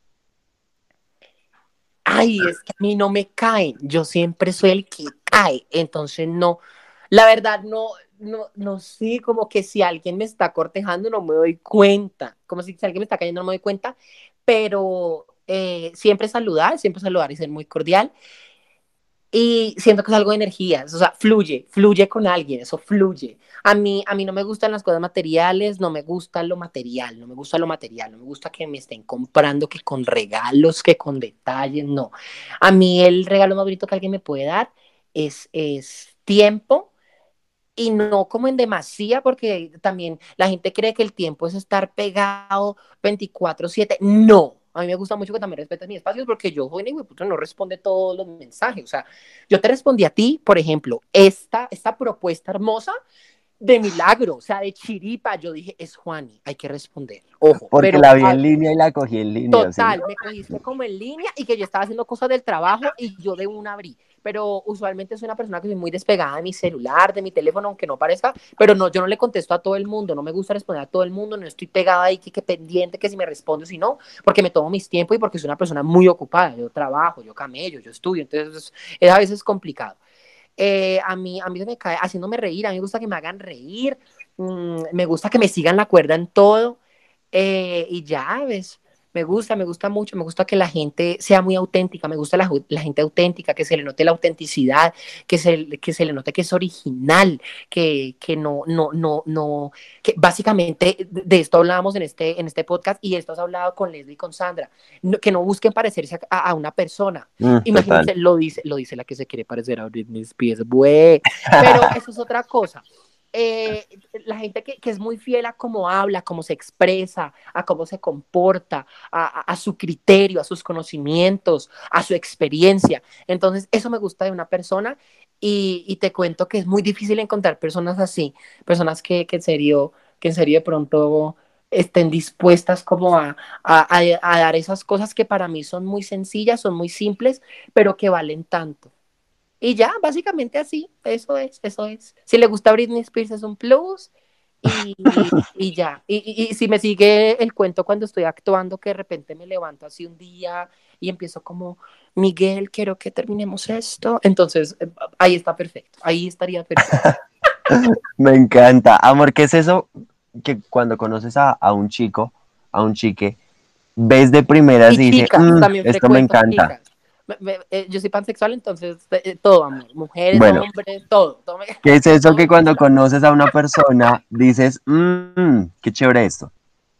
S2: Ay, es que a mí no me caen, yo siempre soy el que cae, entonces no, la verdad no, no, no sé, como que si alguien me está cortejando no me doy cuenta, como si, si alguien me está cayendo no me doy cuenta, pero eh, siempre saludar, siempre saludar y ser muy cordial. Y siento que es algo de energías, o sea, fluye, fluye con alguien, eso fluye. A mí, a mí no me gustan las cosas materiales, no me gusta lo material, no me gusta lo material, no me gusta que me estén comprando, que con regalos, que con detalles, no. A mí el regalo más bonito que alguien me puede dar es, es tiempo y no como en demasía, porque también la gente cree que el tiempo es estar pegado veinticuatro siete. No, a mí me gusta mucho que también respetes mis espacios porque yo, joven, y puto, no responde todos los mensajes. O sea, yo te respondí a ti, por ejemplo, esta, esta propuesta hermosa de milagro, o sea, de chiripa. Yo dije, es Juani, hay que responder. Ojo,
S1: Porque
S2: pero
S1: la vi
S2: a,
S1: en línea y la cogí en línea, ¿sí?
S2: total, me cogiste como en línea y que yo estaba haciendo cosas del trabajo y yo de una abrí. Pero usualmente soy una persona que soy muy despegada de mi celular, de mi teléfono, aunque no parezca, pero no, yo no le contesto a todo el mundo, no me gusta responder a todo el mundo, no estoy pegada ahí, que, que pendiente, que si me respondo, si no, porque me tomo mis tiempos y porque soy una persona muy ocupada, yo trabajo, yo camello, yo estudio, entonces es a veces complicado. Eh, a mí, a mí se me cae haciéndome reír, a mí me gusta que me hagan reír, mmm, me gusta que me sigan la cuerda en todo, eh, y ya, ¿ves? Me gusta, me gusta mucho, me gusta que la gente sea muy auténtica, me gusta la, la gente auténtica, que se le note la autenticidad, que se, que se le note que es original, que, que no, no, no, no, que básicamente de esto hablábamos en este, en este podcast y esto has hablado con Leslie y con Sandra, no, que no busquen parecerse a, a, una persona.
S1: Mm, total.
S2: Imagínense, lo dice, lo dice la que se quiere parecer a Britney Spears, güey, pero eso es otra cosa. Eh, la gente que, que, es muy fiel a cómo habla, a cómo se expresa, a cómo se comporta, a, a, a, su criterio, a sus conocimientos, a su experiencia. Entonces, eso me gusta de una persona y, y te cuento que es muy difícil encontrar personas así, personas que, que, en, serio, que en serio de pronto estén dispuestas como a, a, a, a dar esas cosas que para mí son muy sencillas, son muy simples, pero que valen tanto. Y ya, básicamente así, eso es, eso es. Si le gusta Britney Spears es un plus y, y ya. Y, y, y si me sigue el cuento cuando estoy actuando, que de repente me levanto así un día y empiezo como, Miguel, quiero que terminemos esto. Entonces, ahí está perfecto, ahí estaría perfecto.
S1: Me encanta. Amor, ¿qué es eso que cuando conoces a, a un chico, a un chique, ves de primeras
S2: Y
S1: y dices,
S2: chicas,
S1: mmm,
S2: también
S1: esto me
S2: frecuento
S1: encanta?
S2: chicas. Me, me, eh, yo soy pansexual, entonces eh, todo, amor. Mujeres,
S1: Bueno,
S2: hombres, todo. todo me,
S1: ¿qué es eso
S2: todo me
S1: que cuando
S2: gusta.
S1: conoces a una persona dices, mmm, qué chévere esto?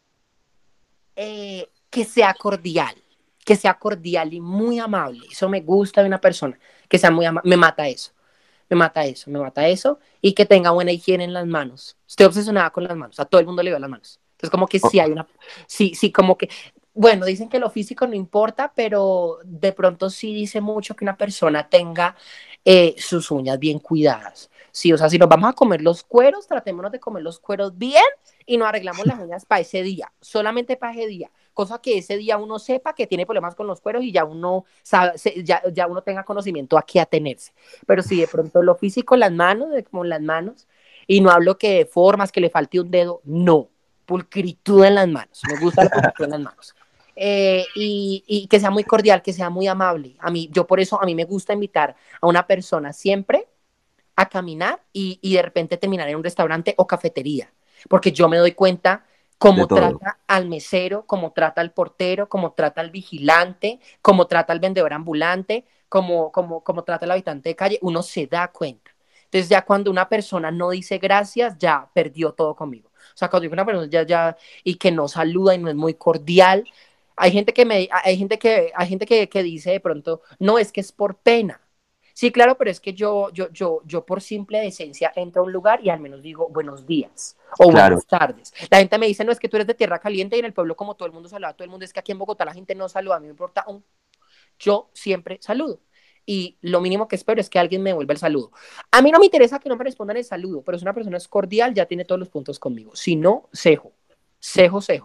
S2: Eh, que sea cordial, que sea cordial y muy amable. Eso me gusta de una persona, que sea muy amable. Me mata eso, me mata eso, me mata eso. Y que tenga buena higiene en las manos. Estoy obsesionada con las manos, a todo el mundo le veo las manos. Entonces, como que
S1: Oh,
S2: sí hay una, sí, sí, como que, bueno, dicen que lo físico no importa, pero de pronto sí dice mucho que una persona tenga eh, sus uñas bien cuidadas. Sí, o sea, si nos vamos a comer los cueros, tratémonos de comer los cueros bien y nos arreglamos las uñas para ese día, solamente para ese día, cosa que ese día uno sepa que tiene problemas con los cueros y ya uno sabe, ya, ya uno tenga conocimiento a qué atenerse. Pero si de pronto lo físico, las manos, como las manos, y no hablo que de formas, que le falte un dedo, no, pulcritud en las manos, me gusta la pulcritud en las manos. Eh, y, y que sea muy cordial, que sea muy amable. A mí, yo por eso, a mí me gusta invitar a una persona siempre a caminar y, y de repente terminar en un restaurante o cafetería, porque yo me doy cuenta
S1: de
S2: cómo
S1: todo.
S2: trata al mesero, cómo trata al portero, cómo trata al vigilante, cómo trata al vendedor ambulante, cómo, cómo, cómo trata al habitante de calle, uno se da cuenta. Entonces ya cuando una persona no dice gracias, ya perdió todo conmigo. O sea, cuando digo una persona ya, ya, y que no saluda y no es muy cordial, hay gente que me, hay gente que, hay gente que, que dice de pronto, no, es que es por pena. Sí, claro, pero es que yo, yo, yo, yo por simple decencia entro a un lugar y al menos digo buenos días o
S1: Claro.
S2: buenas tardes. La gente me dice, no, es que tú eres de tierra caliente y en el pueblo como todo el mundo saluda a todo el mundo, es que aquí en Bogotá la gente no saluda, a mí me importa un... Yo siempre saludo y lo mínimo que espero es que alguien me vuelva el saludo. A mí no me interesa que no me respondan el saludo, pero si una persona es cordial ya tiene todos los puntos conmigo. Si no, cejo, cejo, cejo.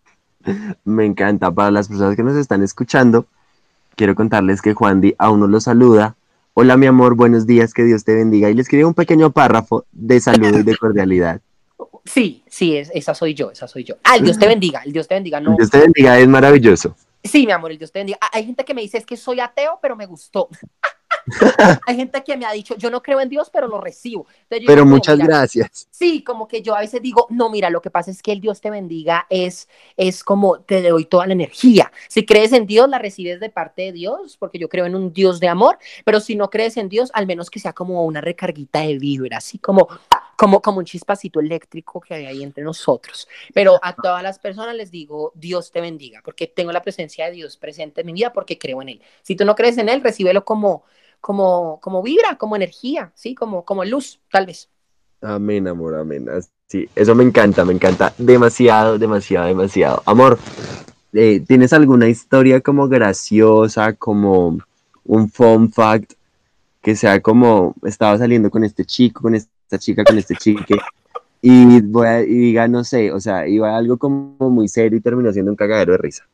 S1: Me encanta. Para las personas que nos están escuchando, quiero contarles que Juan Di a uno lo saluda. Hola, mi amor, buenos días, que Dios te bendiga. Y le escribe un pequeño párrafo de saludo y de cordialidad.
S2: Sí, sí, es, esa soy yo, esa soy yo. Ah, el Dios te bendiga, el Dios te bendiga, no.
S1: Dios te bendiga, es maravilloso.
S2: Sí, mi amor, el Dios te bendiga. Ah, hay gente que me dice, es que soy ateo, pero me gustó. Hay gente que me ha dicho, yo no creo en Dios, pero lo recibo. Entonces yo digo,
S1: Pero
S2: no,
S1: muchas
S2: mira,
S1: gracias.
S2: sí, como que yo a veces digo, no, mira, lo que pasa es que el Dios te bendiga es, es como te doy toda la energía. Si crees en Dios, la recibes de parte de Dios, porque yo creo en un Dios de amor, pero si no crees en Dios, al menos que sea como una recarguita de vibra, así como, como, como un chispacito eléctrico que hay ahí entre nosotros. Pero a todas las personas les digo, Dios te bendiga, porque tengo la presencia de Dios presente en mi vida, porque creo en Él. Si tú no crees en Él, recíbelo como, como, como vibra, como energía, ¿sí? Como, como luz, tal vez.
S1: Amén, amor, amén. Sí, eso me encanta, me encanta demasiado, demasiado, demasiado. Amor, eh, ¿tienes alguna historia como graciosa, como un fun fact, que sea como estaba saliendo con este chico, con esta chica, con este chique, y, voy a, y diga, no sé, o sea, iba algo como muy serio y terminó siendo un cagadero de risa?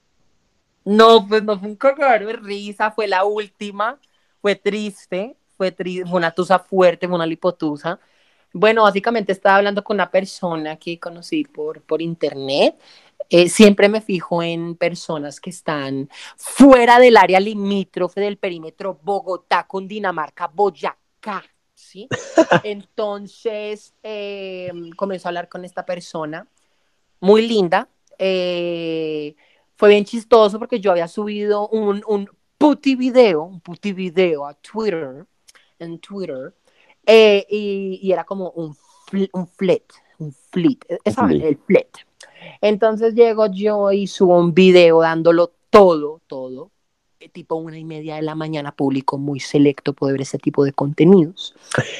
S2: No, pues no fue un cagadero de risa, fue la última, fue triste, fue, tri fue una tusa fuerte, fue una lipotusa. Bueno, básicamente estaba hablando con una persona que conocí por, por internet. Eh, siempre me fijo en personas que están fuera del área limítrofe del perímetro Bogotá, Cundinamarca, Boyacá, ¿sí? Entonces, eh, comenzó a hablar con esta persona, muy linda, eh, fue bien chistoso porque yo había subido un, un puti video, un puti video a Twitter, en Twitter, eh, y, y, era como un, fl un flet, un flit, esa, el flet. Entonces llego yo y subo un video dándolo todo, todo, tipo una y media de la mañana, público muy selecto puede ver ese tipo de contenidos.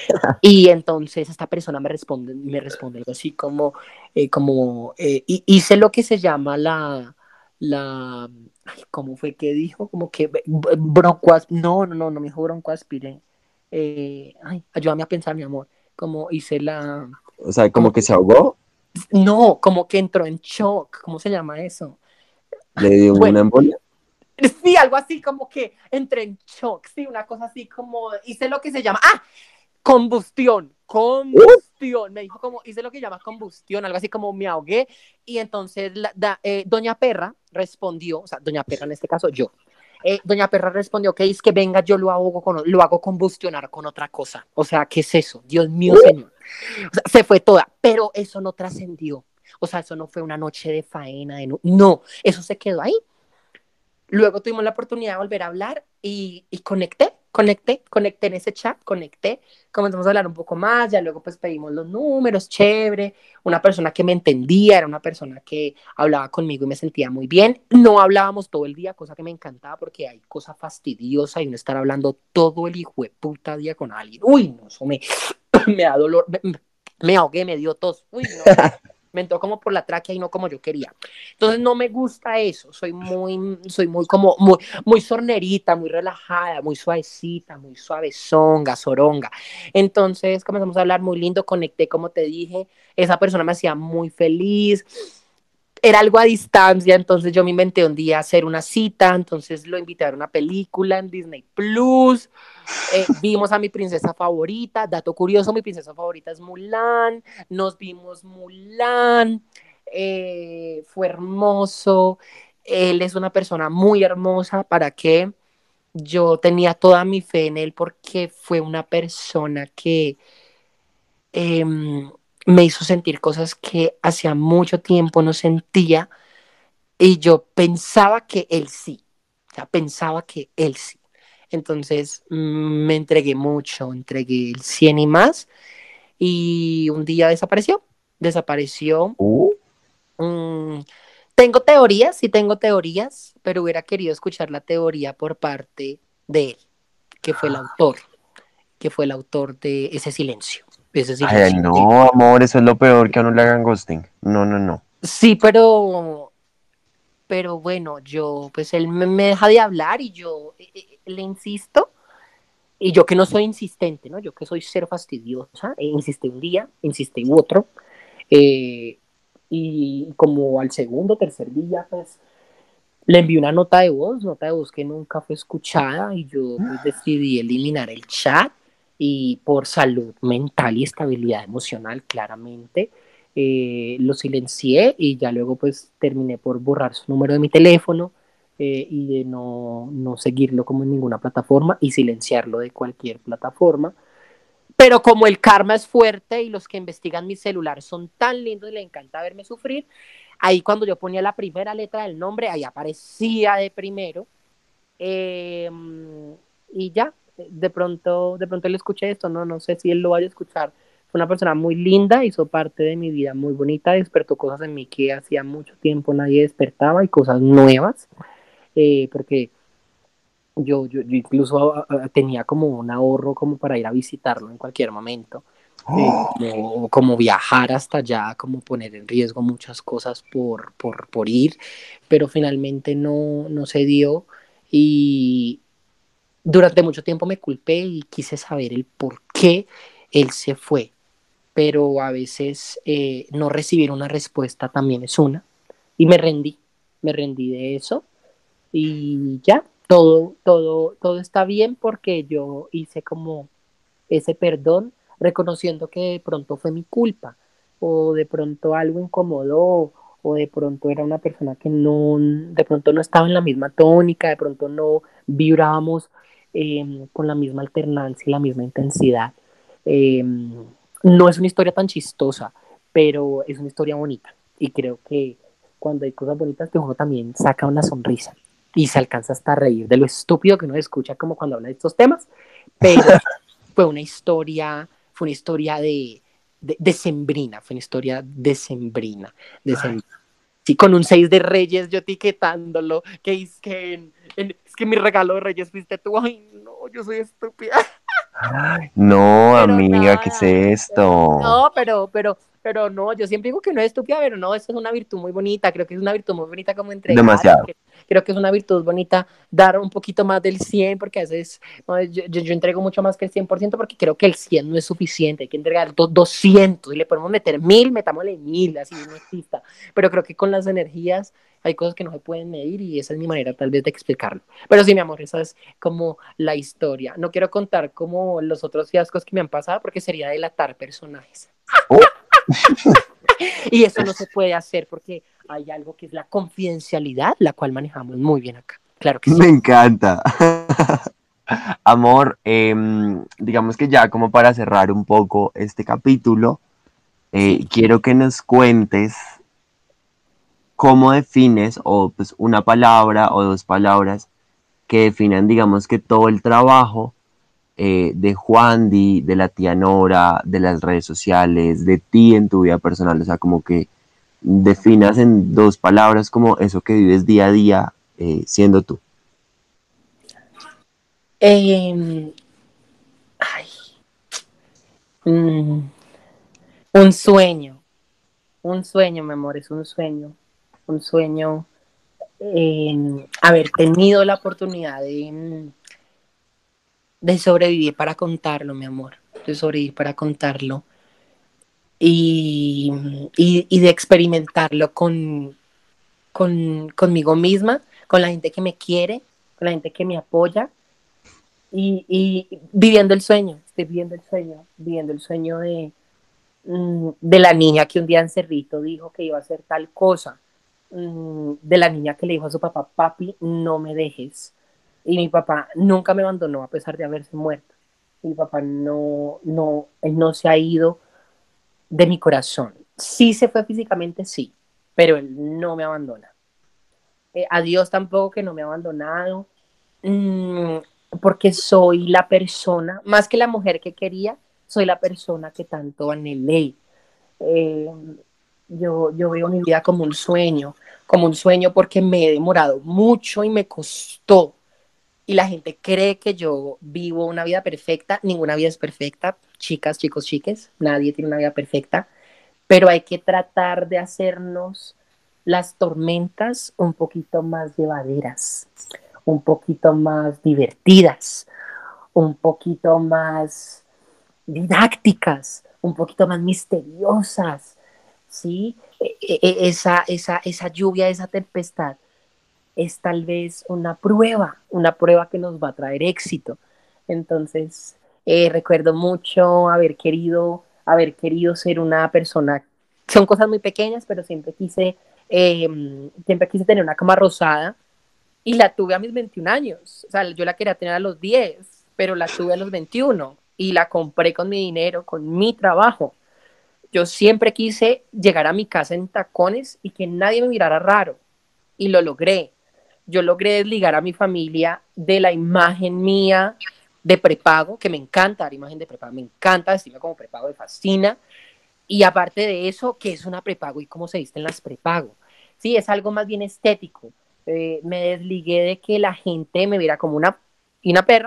S2: Y entonces esta persona me responde, me responde algo así como, eh, como eh, hice lo que se llama la, la, ay, ¿cómo fue que dijo? Como que broncoas, no, no, no, no me dijo broncoaspiré. Eh, ay, ayúdame a pensar, mi amor. Como hice la...
S1: O sea, como
S2: como,
S1: que se ahogó,
S2: no, como que entró en shock. ¿Cómo se llama eso?
S1: le dio una
S2: Bueno,
S1: embolia.
S2: sí, algo así como que entré en shock, sí, una cosa así como hice lo que se llama, ah, combustión, combustión, me dijo como, hice lo que llama combustión, algo así como me ahogué, y entonces la, da, eh, Doña Perra respondió, o sea, Doña Perra en este caso yo, eh, Doña Perra respondió que es que venga, yo lo hago, con, lo hago combustionar con otra cosa, o sea, ¿qué es eso? Dios mío, señor, o sea, se fue toda, pero eso no trascendió, o sea, eso no fue una noche de faena, de no, no, eso se quedó ahí. Luego tuvimos la oportunidad de volver a hablar y, y conecté, conecté, conecté en ese chat, conecté, comenzamos a hablar un poco más, ya luego pues pedimos los números, chévere, una persona que me entendía, era una persona que hablaba conmigo y me sentía muy bien, no hablábamos todo el día, cosa que me encantaba porque hay cosa fastidiosa y uno estar hablando todo el hijo de puta día con alguien, uy, no, eso me, me da dolor, me, me ahogué, me dio tos, uy, no, no, me entró como por la tráquea y no como yo quería. Entonces no me gusta eso, soy muy, soy muy como, muy, muy sornerita, muy relajada, muy suavecita, muy suavezonga, soronga. Entonces comenzamos a hablar muy lindo, conecté como te dije, esa persona me hacía muy feliz, era algo a distancia, entonces yo me inventé un día hacer una cita, entonces lo invité a ver una película en Disney Plus, eh, vimos a mi princesa favorita, dato curioso, mi princesa favorita es Mulan, nos vimos Mulan, eh, fue hermoso, él es una persona muy hermosa, ¿para qué? Yo tenía toda mi fe en él porque fue una persona que eh, me hizo sentir cosas que hacía mucho tiempo no sentía y yo pensaba que él sí, o sea, pensaba que él sí. Entonces mm, me entregué mucho, entregué el cien y más y un día desapareció, desapareció.
S1: Uh,
S2: Mm, tengo teorías, sí tengo teorías, pero hubiera querido escuchar la teoría por parte de él, que fue el autor, que fue el autor de ese silencio, ese
S1: Ay,
S2: silencio.
S1: no, amor, eso es lo peor que a uno le hagan ghosting. No, no, no.
S2: Sí, pero pero bueno, yo, pues él me, me deja de hablar y yo eh, eh, le insisto, y yo que no soy insistente, ¿no? Yo que soy cero fastidiosa, e insistí un día, insistí otro, eh, y como al segundo, tercer día, pues le envié una nota de voz, nota de voz que nunca fue escuchada, y yo pues decidí eliminar el chat, y por salud mental y estabilidad emocional, claramente, eh, lo silencié y ya luego pues terminé por borrar su número de mi teléfono eh, y de no, no seguirlo como en ninguna plataforma y silenciarlo de cualquier plataforma. Pero como el karma es fuerte y los que investigan mi celular son tan lindos y le encanta verme sufrir, ahí cuando yo ponía la primera letra del nombre, ahí aparecía de primero. Eh, y ya, de pronto, de pronto le escuché esto, no, no sé si él lo vaya a escuchar. Fue una persona muy linda, hizo parte de mi vida muy bonita, despertó cosas en mí que hacía mucho tiempo nadie despertaba y cosas nuevas, eh, porque yo, yo, yo incluso a, a, tenía como un ahorro como para ir a visitarlo en cualquier momento, eh, como, como, viajar hasta allá, como poner en riesgo muchas cosas por, por, por ir, pero finalmente no, no se dio y durante mucho tiempo me culpé y quise saber el por qué él se fue, pero a veces eh, no recibir una respuesta también es una y me rendí, me rendí de eso y ya, todo, todo, todo está bien porque yo hice como ese perdón, reconociendo que de pronto fue mi culpa, o de pronto algo incomodó, o de pronto era una persona que no, de pronto no estaba en la misma tónica, de pronto no vibrábamos eh, con la misma alternancia y la misma intensidad. Eh, no es una historia tan chistosa, pero es una historia bonita y creo que cuando hay cosas bonitas que uno también saca una sonrisa y se alcanza hasta a reír de lo estúpido que uno escucha como cuando habla de estos temas, pero fue una historia, fue una historia de, de, decembrina, fue una historia decembrina, decembrina. Sí, con un seis de Reyes, yo etiquetándolo, que es que, en, en, es que mi regalo de Reyes fuiste tú. Ay, no, yo soy estúpida.
S1: No,
S2: Pero
S1: amiga, ¿qué es
S2: nada, pero,
S1: esto?
S2: no, pero, pero, pero no, yo siempre digo que no es estúpida, pero no, eso es una virtud muy bonita, creo que es una virtud muy bonita como entregar,
S1: Demasiado.
S2: que, creo que es una virtud bonita dar un poquito más del cien, porque a veces no, yo, yo, yo, entrego mucho más que el cien por ciento, porque creo que el cien no es suficiente, hay que entregar doscientos, y le podemos meter mil, metámosle mil, así no exista, pero creo que con las energías hay cosas que no se pueden medir y esa es mi manera tal vez de explicarlo. Pero sí, mi amor, esa es como la historia. No quiero contar como los otros fiascos que me han pasado porque sería delatar personajes.
S1: Oh,
S2: Y eso no se puede hacer porque hay algo que es la confidencialidad, la cual manejamos muy bien acá. Claro que sí.
S1: me encanta. Amor, em, digamos que ya como para cerrar un poco este capítulo,
S2: Sí.
S1: eh, quiero que nos cuentes cómo defines, o pues una palabra o dos palabras que definan, digamos que todo el trabajo eh, de Juandi, de la tía Nora, de las redes sociales, de ti en tu vida personal, o sea, como que definas en dos palabras como eso que vives día a día eh, siendo tú.
S2: Eh, ay, mm, un sueño, un sueño, mi amor, es un sueño. Un sueño, eh, haber tenido la oportunidad de, de sobrevivir para contarlo, mi amor, de sobrevivir para contarlo y, y, y de experimentarlo con, con, conmigo misma, con la gente que me quiere, con la gente que me apoya y, y viviendo el sueño, estoy viviendo el sueño, viviendo el sueño de, mm, de la niña que un día en Cerrito dijo que iba a hacer tal cosa, mm, de la niña que le dijo a su papá, papi, no me dejes. Y mi papá nunca me abandonó a pesar de haberse muerto. Mi papá no, no, él no se ha ido de mi corazón. Sí se fue físicamente, sí, pero él no me abandona. Eh, a Dios tampoco que no me ha abandonado, mmm, porque soy la persona, más que la mujer que quería, soy la persona que tanto anhelé. Eh, yo, yo veo mi vida como un sueño, como un sueño porque me he demorado mucho y me costó. Y la gente cree que yo vivo una vida perfecta. Ninguna vida es perfecta, chicas, chicos, chiques. Nadie tiene una vida perfecta. Pero hay que tratar de hacernos las tormentas un poquito más llevaderas, un poquito más divertidas, un poquito más didácticas, un poquito más misteriosas, ¿sí? E, e, esa, esa, esa lluvia, esa tempestad es tal vez una prueba, una prueba que nos va a traer éxito. Entonces, eh, recuerdo mucho haber querido, haber querido ser una persona, son cosas muy pequeñas, pero siempre quise, eh, siempre quise tener una cama rosada y la tuve a mis veintiún años. O sea, yo la quería tener a los diez, pero la tuve a los veintiuno y la compré con mi dinero, con mi trabajo. Yo siempre quise llegar a mi casa en tacones y que nadie me mirara raro y lo logré. Yo logré desligar a mi familia de la imagen mía de prepago, que me encanta dar imagen de prepago, me encanta decirme como prepago, me fascina. Y aparte de eso, ¿qué es una prepago y cómo se visten las prepago? Sí, es algo más bien estético. Eh, me desligué de que la gente me viera como una, y una perra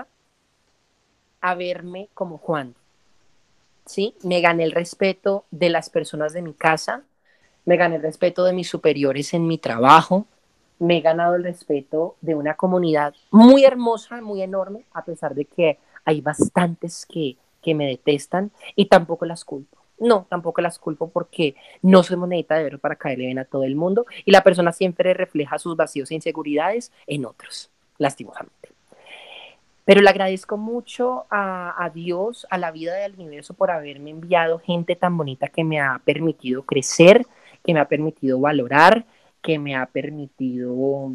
S2: a verme como Juan. ¿Sí? Me gané el respeto de las personas de mi casa, me gané el respeto de mis superiores en mi trabajo, me he ganado el respeto de una comunidad muy hermosa, muy enorme, a pesar de que hay bastantes que, que me detestan y tampoco las culpo. No, tampoco las culpo porque no soy monedita de oro para caerle bien a todo el mundo y la persona siempre refleja sus vacíos e inseguridades en otros, lastimosamente. Pero le agradezco mucho a, a Dios, a la vida del universo por haberme enviado gente tan bonita que me ha permitido crecer, que me ha permitido valorar, que me ha permitido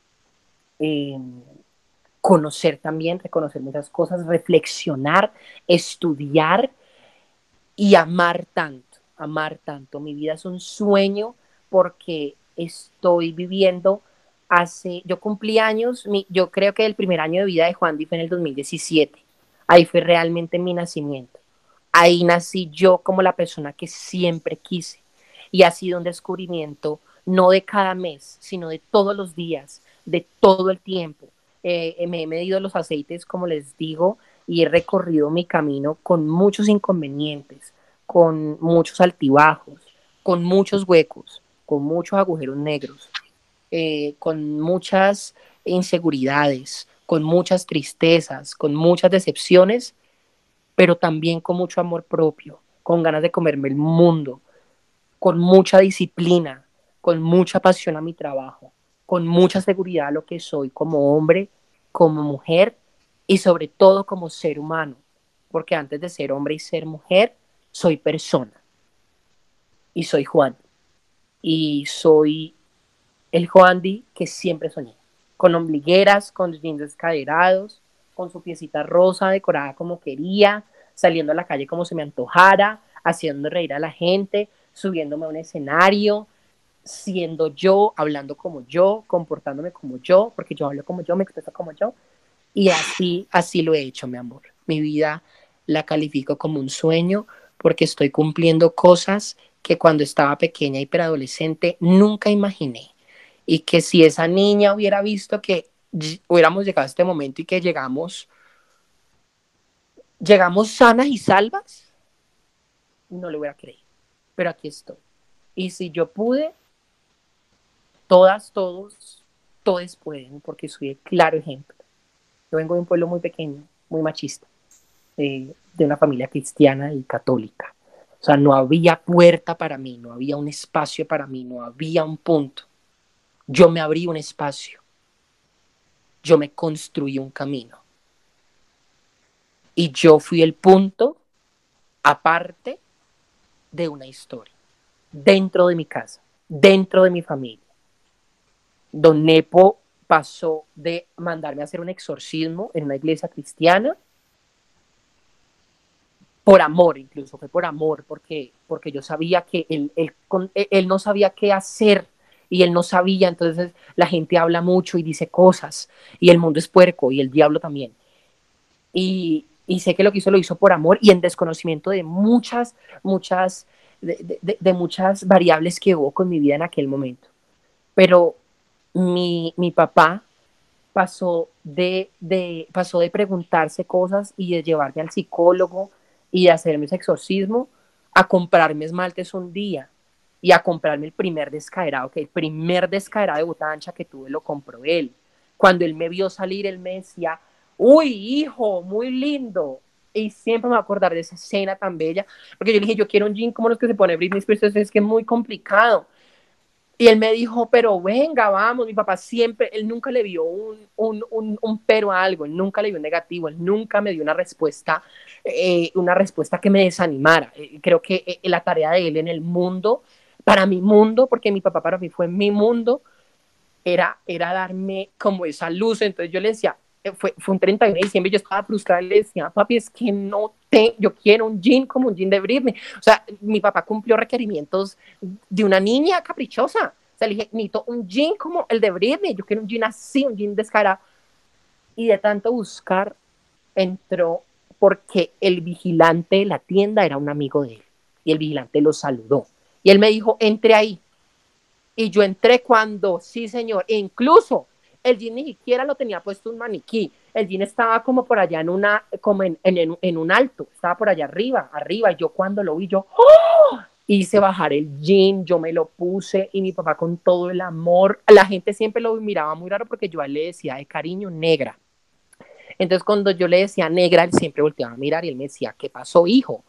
S2: eh, conocer también, reconocer muchas cosas, reflexionar, estudiar y amar tanto, amar tanto. Mi vida es un sueño porque estoy viviendo hace, yo cumplí años, mi, yo creo que el primer año de vida de Juan Di fue en el dos mil diecisiete. Ahí fue realmente mi nacimiento. Ahí nací yo como la persona que siempre quise. Y ha sido un descubrimiento no de cada mes, sino de todos los días, de todo el tiempo. Eh, me he medido los aceites, como les digo, y he recorrido mi camino con muchos inconvenientes, con muchos altibajos, con muchos huecos, con muchos agujeros negros, eh, con muchas inseguridades, con muchas tristezas, con muchas decepciones, pero también con mucho amor propio, con ganas de comerme el mundo, con mucha disciplina, con mucha pasión a mi trabajo, con mucha seguridad a lo que soy como hombre, como mujer y sobre todo como ser humano, porque antes de ser hombre y ser mujer, soy persona y soy Juan y soy el Juan Di que siempre soñé, con ombligueras, con jeans descaderados, con su piecita rosa decorada como quería, saliendo a la calle como se me antojara, haciendo reír a la gente, subiéndome a un escenario, siendo yo, hablando como yo, comportándome como yo, porque yo hablo como yo, me expreso como yo, y así, así lo he hecho, mi amor. Mi vida la califico como un sueño porque estoy cumpliendo cosas que cuando estaba pequeña y preadolescente nunca imaginé. Y que si esa niña hubiera visto que hubiéramos llegado a este momento y que llegamos, llegamos sanas y salvas, no lo hubiera creído. Pero aquí estoy. Y si yo pude, todas, todos, todos pueden, porque soy el claro ejemplo. Yo vengo de un pueblo muy pequeño, muy machista, eh, de una familia cristiana y católica. O sea, no había puerta para mí, no había un espacio para mí, no había un punto. Yo me abrí un espacio, yo me construí un camino. Y yo fui el punto aparte de una historia, dentro de mi casa, dentro de mi familia. Don Nepo pasó de mandarme a hacer un exorcismo en una iglesia cristiana por amor, incluso fue por amor, porque, porque yo sabía que él, él, él no sabía qué hacer y él no sabía, entonces la gente habla mucho y dice cosas y el mundo es puerco y el diablo también. Y, y sé que lo que hizo lo hizo por amor y en desconocimiento de muchas, muchas, de, de, de muchas variables que hubo con mi vida en aquel momento. Pero mi, mi papá pasó de, de, pasó de preguntarse cosas y de llevarme al psicólogo y de hacerme ese exorcismo a comprarme esmaltes un día y a comprarme el primer descaderado, que el primer descaderado de bota ancha que tuve lo compró él. Cuando él me vio salir, él me decía, uy, hijo, muy lindo. Y siempre me voy a acordar de esa escena tan bella, porque yo le dije, yo quiero un jean como los que se pone Britney Spears, es que es muy complicado. Y él me dijo, pero venga, vamos, mi papá siempre, él nunca le vio un, un, un, un pero a algo, él nunca le vio un negativo, él nunca me dio una respuesta, eh, una respuesta que me desanimara. Eh, creo que eh, la tarea de él en el mundo, para mi mundo, porque mi papá para mí fue mi mundo, era, era darme como esa luz. Entonces yo le decía, eh, fue, fue un treinta y uno de diciembre, yo estaba frustrada y le decía, papi, es que no te, yo quiero un jean como un jean de Britney. O sea, mi papá cumplió requerimientos de una niña caprichosa. O sea, le dije, necesito un jean como el de Britney, yo quiero un jean así, un jean descarado. Y de tanto buscar, entró porque el vigilante de la tienda era un amigo de él. Y el vigilante lo saludó. Y él me dijo, entre ahí. Y yo entré cuando, sí señor, e incluso el jean ni siquiera lo tenía puesto un maniquí, el jean estaba como por allá en una, como en, en, en un alto, estaba por allá arriba, arriba, y yo cuando lo vi, yo, ¡oh! Hice bajar el jean, yo me lo puse, y mi papá con todo el amor, la gente siempre lo miraba muy raro porque yo a él le decía de cariño, negra. Entonces cuando yo le decía negra, él siempre volteaba a mirar y él me decía, ¿qué pasó, hijo?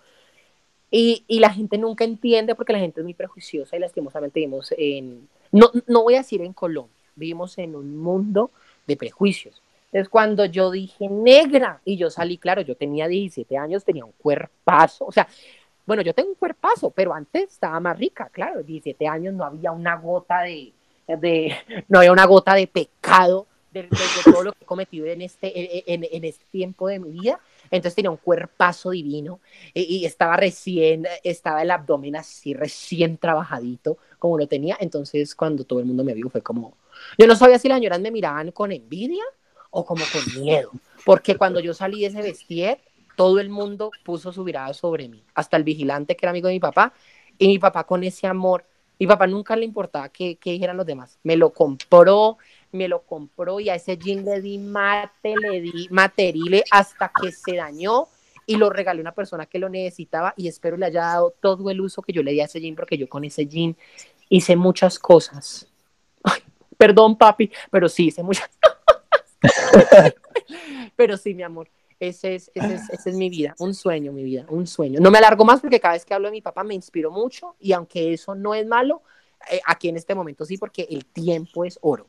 S2: Y, y, la gente nunca entiende porque la gente es muy prejuiciosa y lastimosamente vivimos en, no, no voy a decir en Colombia, vivimos en un mundo de prejuicios. Entonces cuando yo dije negra y yo salí, claro, yo tenía diecisiete años, tenía un cuerpazo, o sea, bueno, yo tengo un cuerpazo, pero antes estaba más rica, claro, diecisiete años no había una gota de, de no había una gota de pecado de, de, de todo lo que he cometido en este, en, en este tiempo de mi vida. Entonces tenía un cuerpazo divino y, y estaba recién, estaba el abdomen así recién trabajadito como lo tenía. Entonces cuando todo el mundo me vio fue como, yo no sabía si las señoras me miraban con envidia o como con miedo, porque cuando yo salí de ese vestier, todo el mundo puso su mirada sobre mí, hasta el vigilante que era amigo de mi papá, y mi papá con ese amor, mi papá nunca le importaba qué, qué dijeran los demás, me lo compró, me lo compró y a ese jean le di mate, le di materile hasta que se dañó y lo regalé a una persona que lo necesitaba y espero le haya dado todo el uso que yo le di a ese jean porque yo con ese jean hice muchas cosas. Ay, perdón, papi, pero sí hice muchas cosas. Pero sí, mi amor, ese es, ese, es, ese es mi vida, un sueño, mi vida, un sueño. No me alargo más porque cada vez que hablo de mi papá me inspiro mucho y aunque eso no es malo, eh, aquí en este momento sí, porque el tiempo es oro.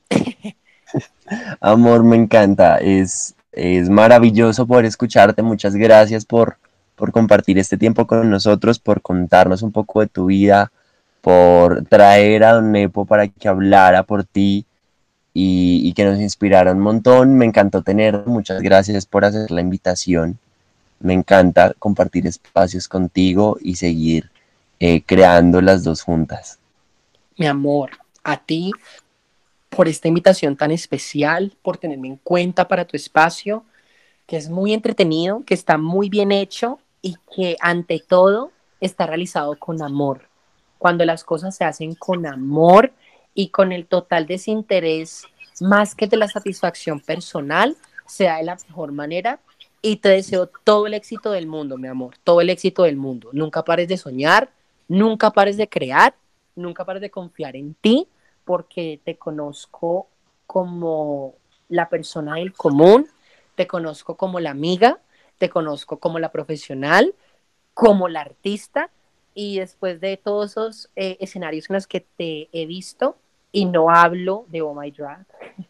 S1: Amor, me encanta. Es, es maravilloso poder escucharte. Muchas gracias por, por compartir este tiempo con nosotros, por contarnos un poco de tu vida, por traer a Don Nepo para que hablara por ti y, y que nos inspirara un montón. Me encantó tener. Muchas gracias por hacer la invitación. Me encanta compartir espacios contigo y seguir eh, creando las dos juntas.
S2: Mi amor, a ti por esta invitación tan especial, por tenerme en cuenta para tu espacio, que es muy entretenido, que está muy bien hecho y que ante todo está realizado con amor. Cuando las cosas se hacen con amor y con el total desinterés, más que de la satisfacción personal, se da de la mejor manera. Y te deseo todo el éxito del mundo, mi amor, todo el éxito del mundo. Nunca pares de soñar, nunca pares de crear, nunca pares de confiar en ti, porque te conozco como la persona del común, te conozco como la amiga, te conozco como la profesional, como la artista, y después de todos esos eh, escenarios en los que te he visto, y no hablo de Oh My Drag,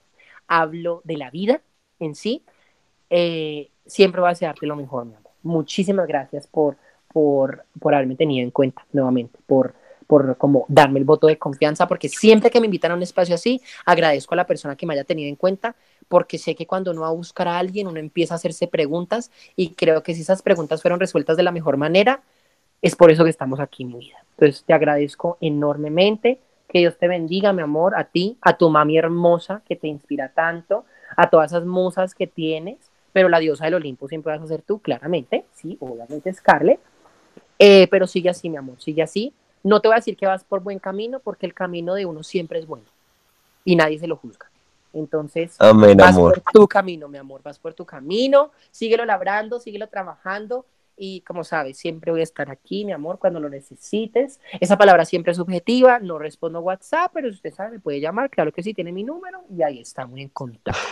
S2: hablo de la vida en sí, eh, siempre voy a desearte lo mejor, mi amor. Muchísimas gracias por, por, por haberme tenido en cuenta nuevamente, por, por como darme el voto de confianza, porque siempre que me invitan a un espacio así, agradezco a la persona que me haya tenido en cuenta, porque sé que cuando uno va a buscar a alguien, uno empieza a hacerse preguntas y creo que si esas preguntas fueron resueltas de la mejor manera, es por eso que estamos aquí, mi vida. Entonces te agradezco enormemente, que Dios te bendiga, mi amor, a ti, a tu mami hermosa que te inspira tanto, a todas esas musas que tienes, pero la diosa del Olimpo siempre vas a ser tú, claramente, sí, obviamente Scarlett, eh, pero sigue así, mi amor, sigue así. No te voy a decir que vas por buen camino, porque el camino de uno siempre es bueno y nadie se lo juzga. Entonces,
S1: Amén,
S2: vas
S1: amor.
S2: por tu camino, mi amor, vas por tu camino, síguelo labrando, síguelo trabajando y como sabes, siempre voy a estar aquí, mi amor, cuando lo necesites. Esa palabra siempre es subjetiva, no respondo WhatsApp, pero si usted sabe, me puede llamar, claro que sí, tiene mi número y ahí estamos en contacto.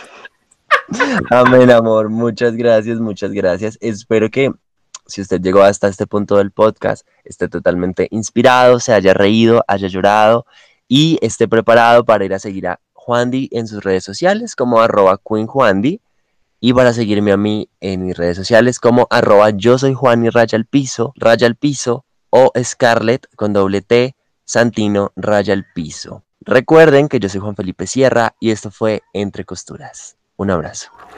S1: Amén, amor. Muchas gracias, muchas gracias. Espero que si usted llegó hasta este punto del podcast, esté totalmente inspirado, se haya reído, haya llorado y esté preparado para ir a seguir a Juandi en sus redes sociales como arroba queenjuandi y para seguirme a mí en mis redes sociales como arroba yo soy Juan y raya al piso, raya al piso o Scarlett con doble T, Santino raya al piso. Recuerden que yo soy Juan Felipe Sierra y esto fue Entre Costuras. Un abrazo.